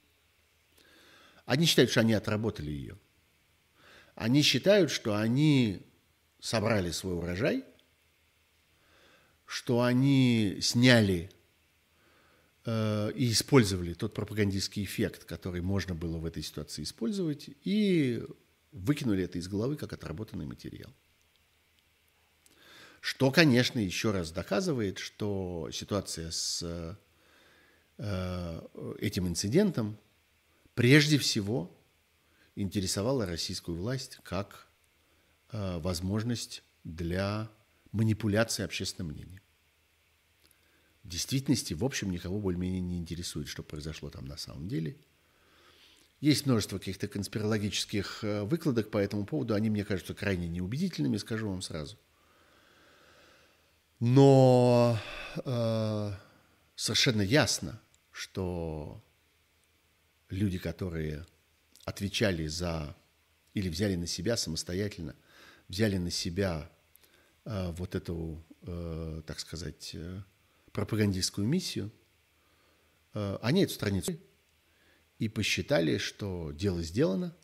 Они считают, что они отработали ее. Они считают, что они собрали свой урожай, что они сняли и использовали тот пропагандистский эффект, который можно было в этой ситуации использовать, и выкинули это из головы как отработанный материал. Что, конечно, еще раз доказывает, что ситуация с этим инцидентом прежде всего интересовала российскую власть как возможность для манипуляции общественным мнением. В действительности, в общем, никого более-менее не интересует, что произошло там на самом деле. Есть множество каких-то конспирологических выкладок по этому поводу. Они, мне кажутся, крайне неубедительными, скажу вам сразу. Но совершенно ясно, что люди, которые отвечали за или взяли на себя самостоятельно, взяли на себя вот эту так сказать, пропагандистскую миссию, они эту страницу и посчитали, что дело сделано,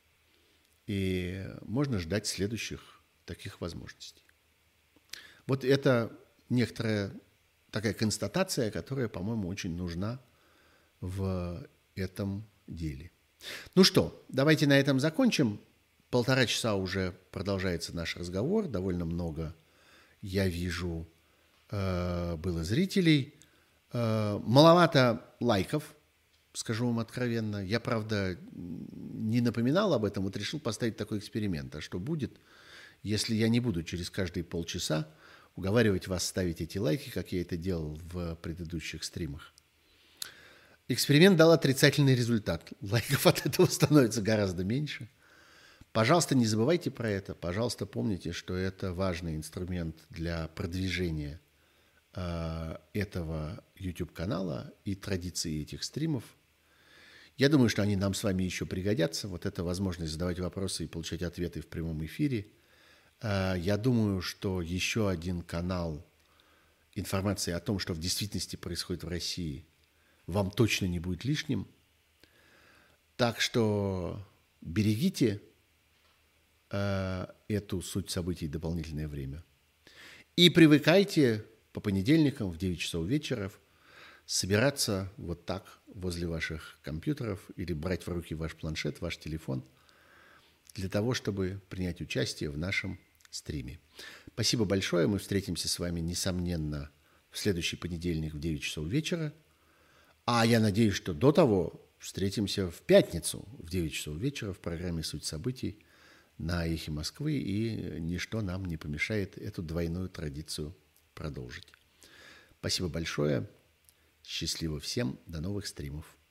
и можно ждать следующих таких возможностей. Вот это некоторая такая констатация, которая, по-моему, очень нужна в этом деле. Ну что, давайте на этом закончим. 1,5 часа уже продолжается наш разговор. Довольно много, я вижу, было зрителей. Маловато лайков, скажу вам откровенно. Я, правда, не напоминал об этом, вот решил поставить такой эксперимент. А что будет, если я не буду через каждые полчаса уговаривать вас ставить эти лайки, как я это делал в предыдущих стримах? Эксперимент дал отрицательный результат. Лайков от этого становится гораздо меньше. Пожалуйста, не забывайте про это. Пожалуйста, помните, что это важный инструмент для продвижения этого YouTube-канала и традиции этих стримов. Я думаю, что они нам с вами еще пригодятся. Вот эта возможность задавать вопросы и получать ответы в прямом эфире. Я думаю, что еще один канал информации о том, что в действительности происходит в России, вам точно не будет лишним. Так что берегите эту суть событий дополнительное время. И привыкайте по понедельникам в 9 часов вечера собираться вот так возле ваших компьютеров или брать в руки ваш планшет, ваш телефон для того, чтобы принять участие в нашем стриме. Спасибо большое. Мы встретимся с вами, несомненно, в следующий понедельник в 9 часов вечера. А я надеюсь, что до того встретимся в пятницу в 9 часов вечера в программе «Суть событий» на «Эхе Москвы», и ничто нам не помешает эту двойную традицию продолжить. Спасибо большое. Счастливо всем. До новых стримов.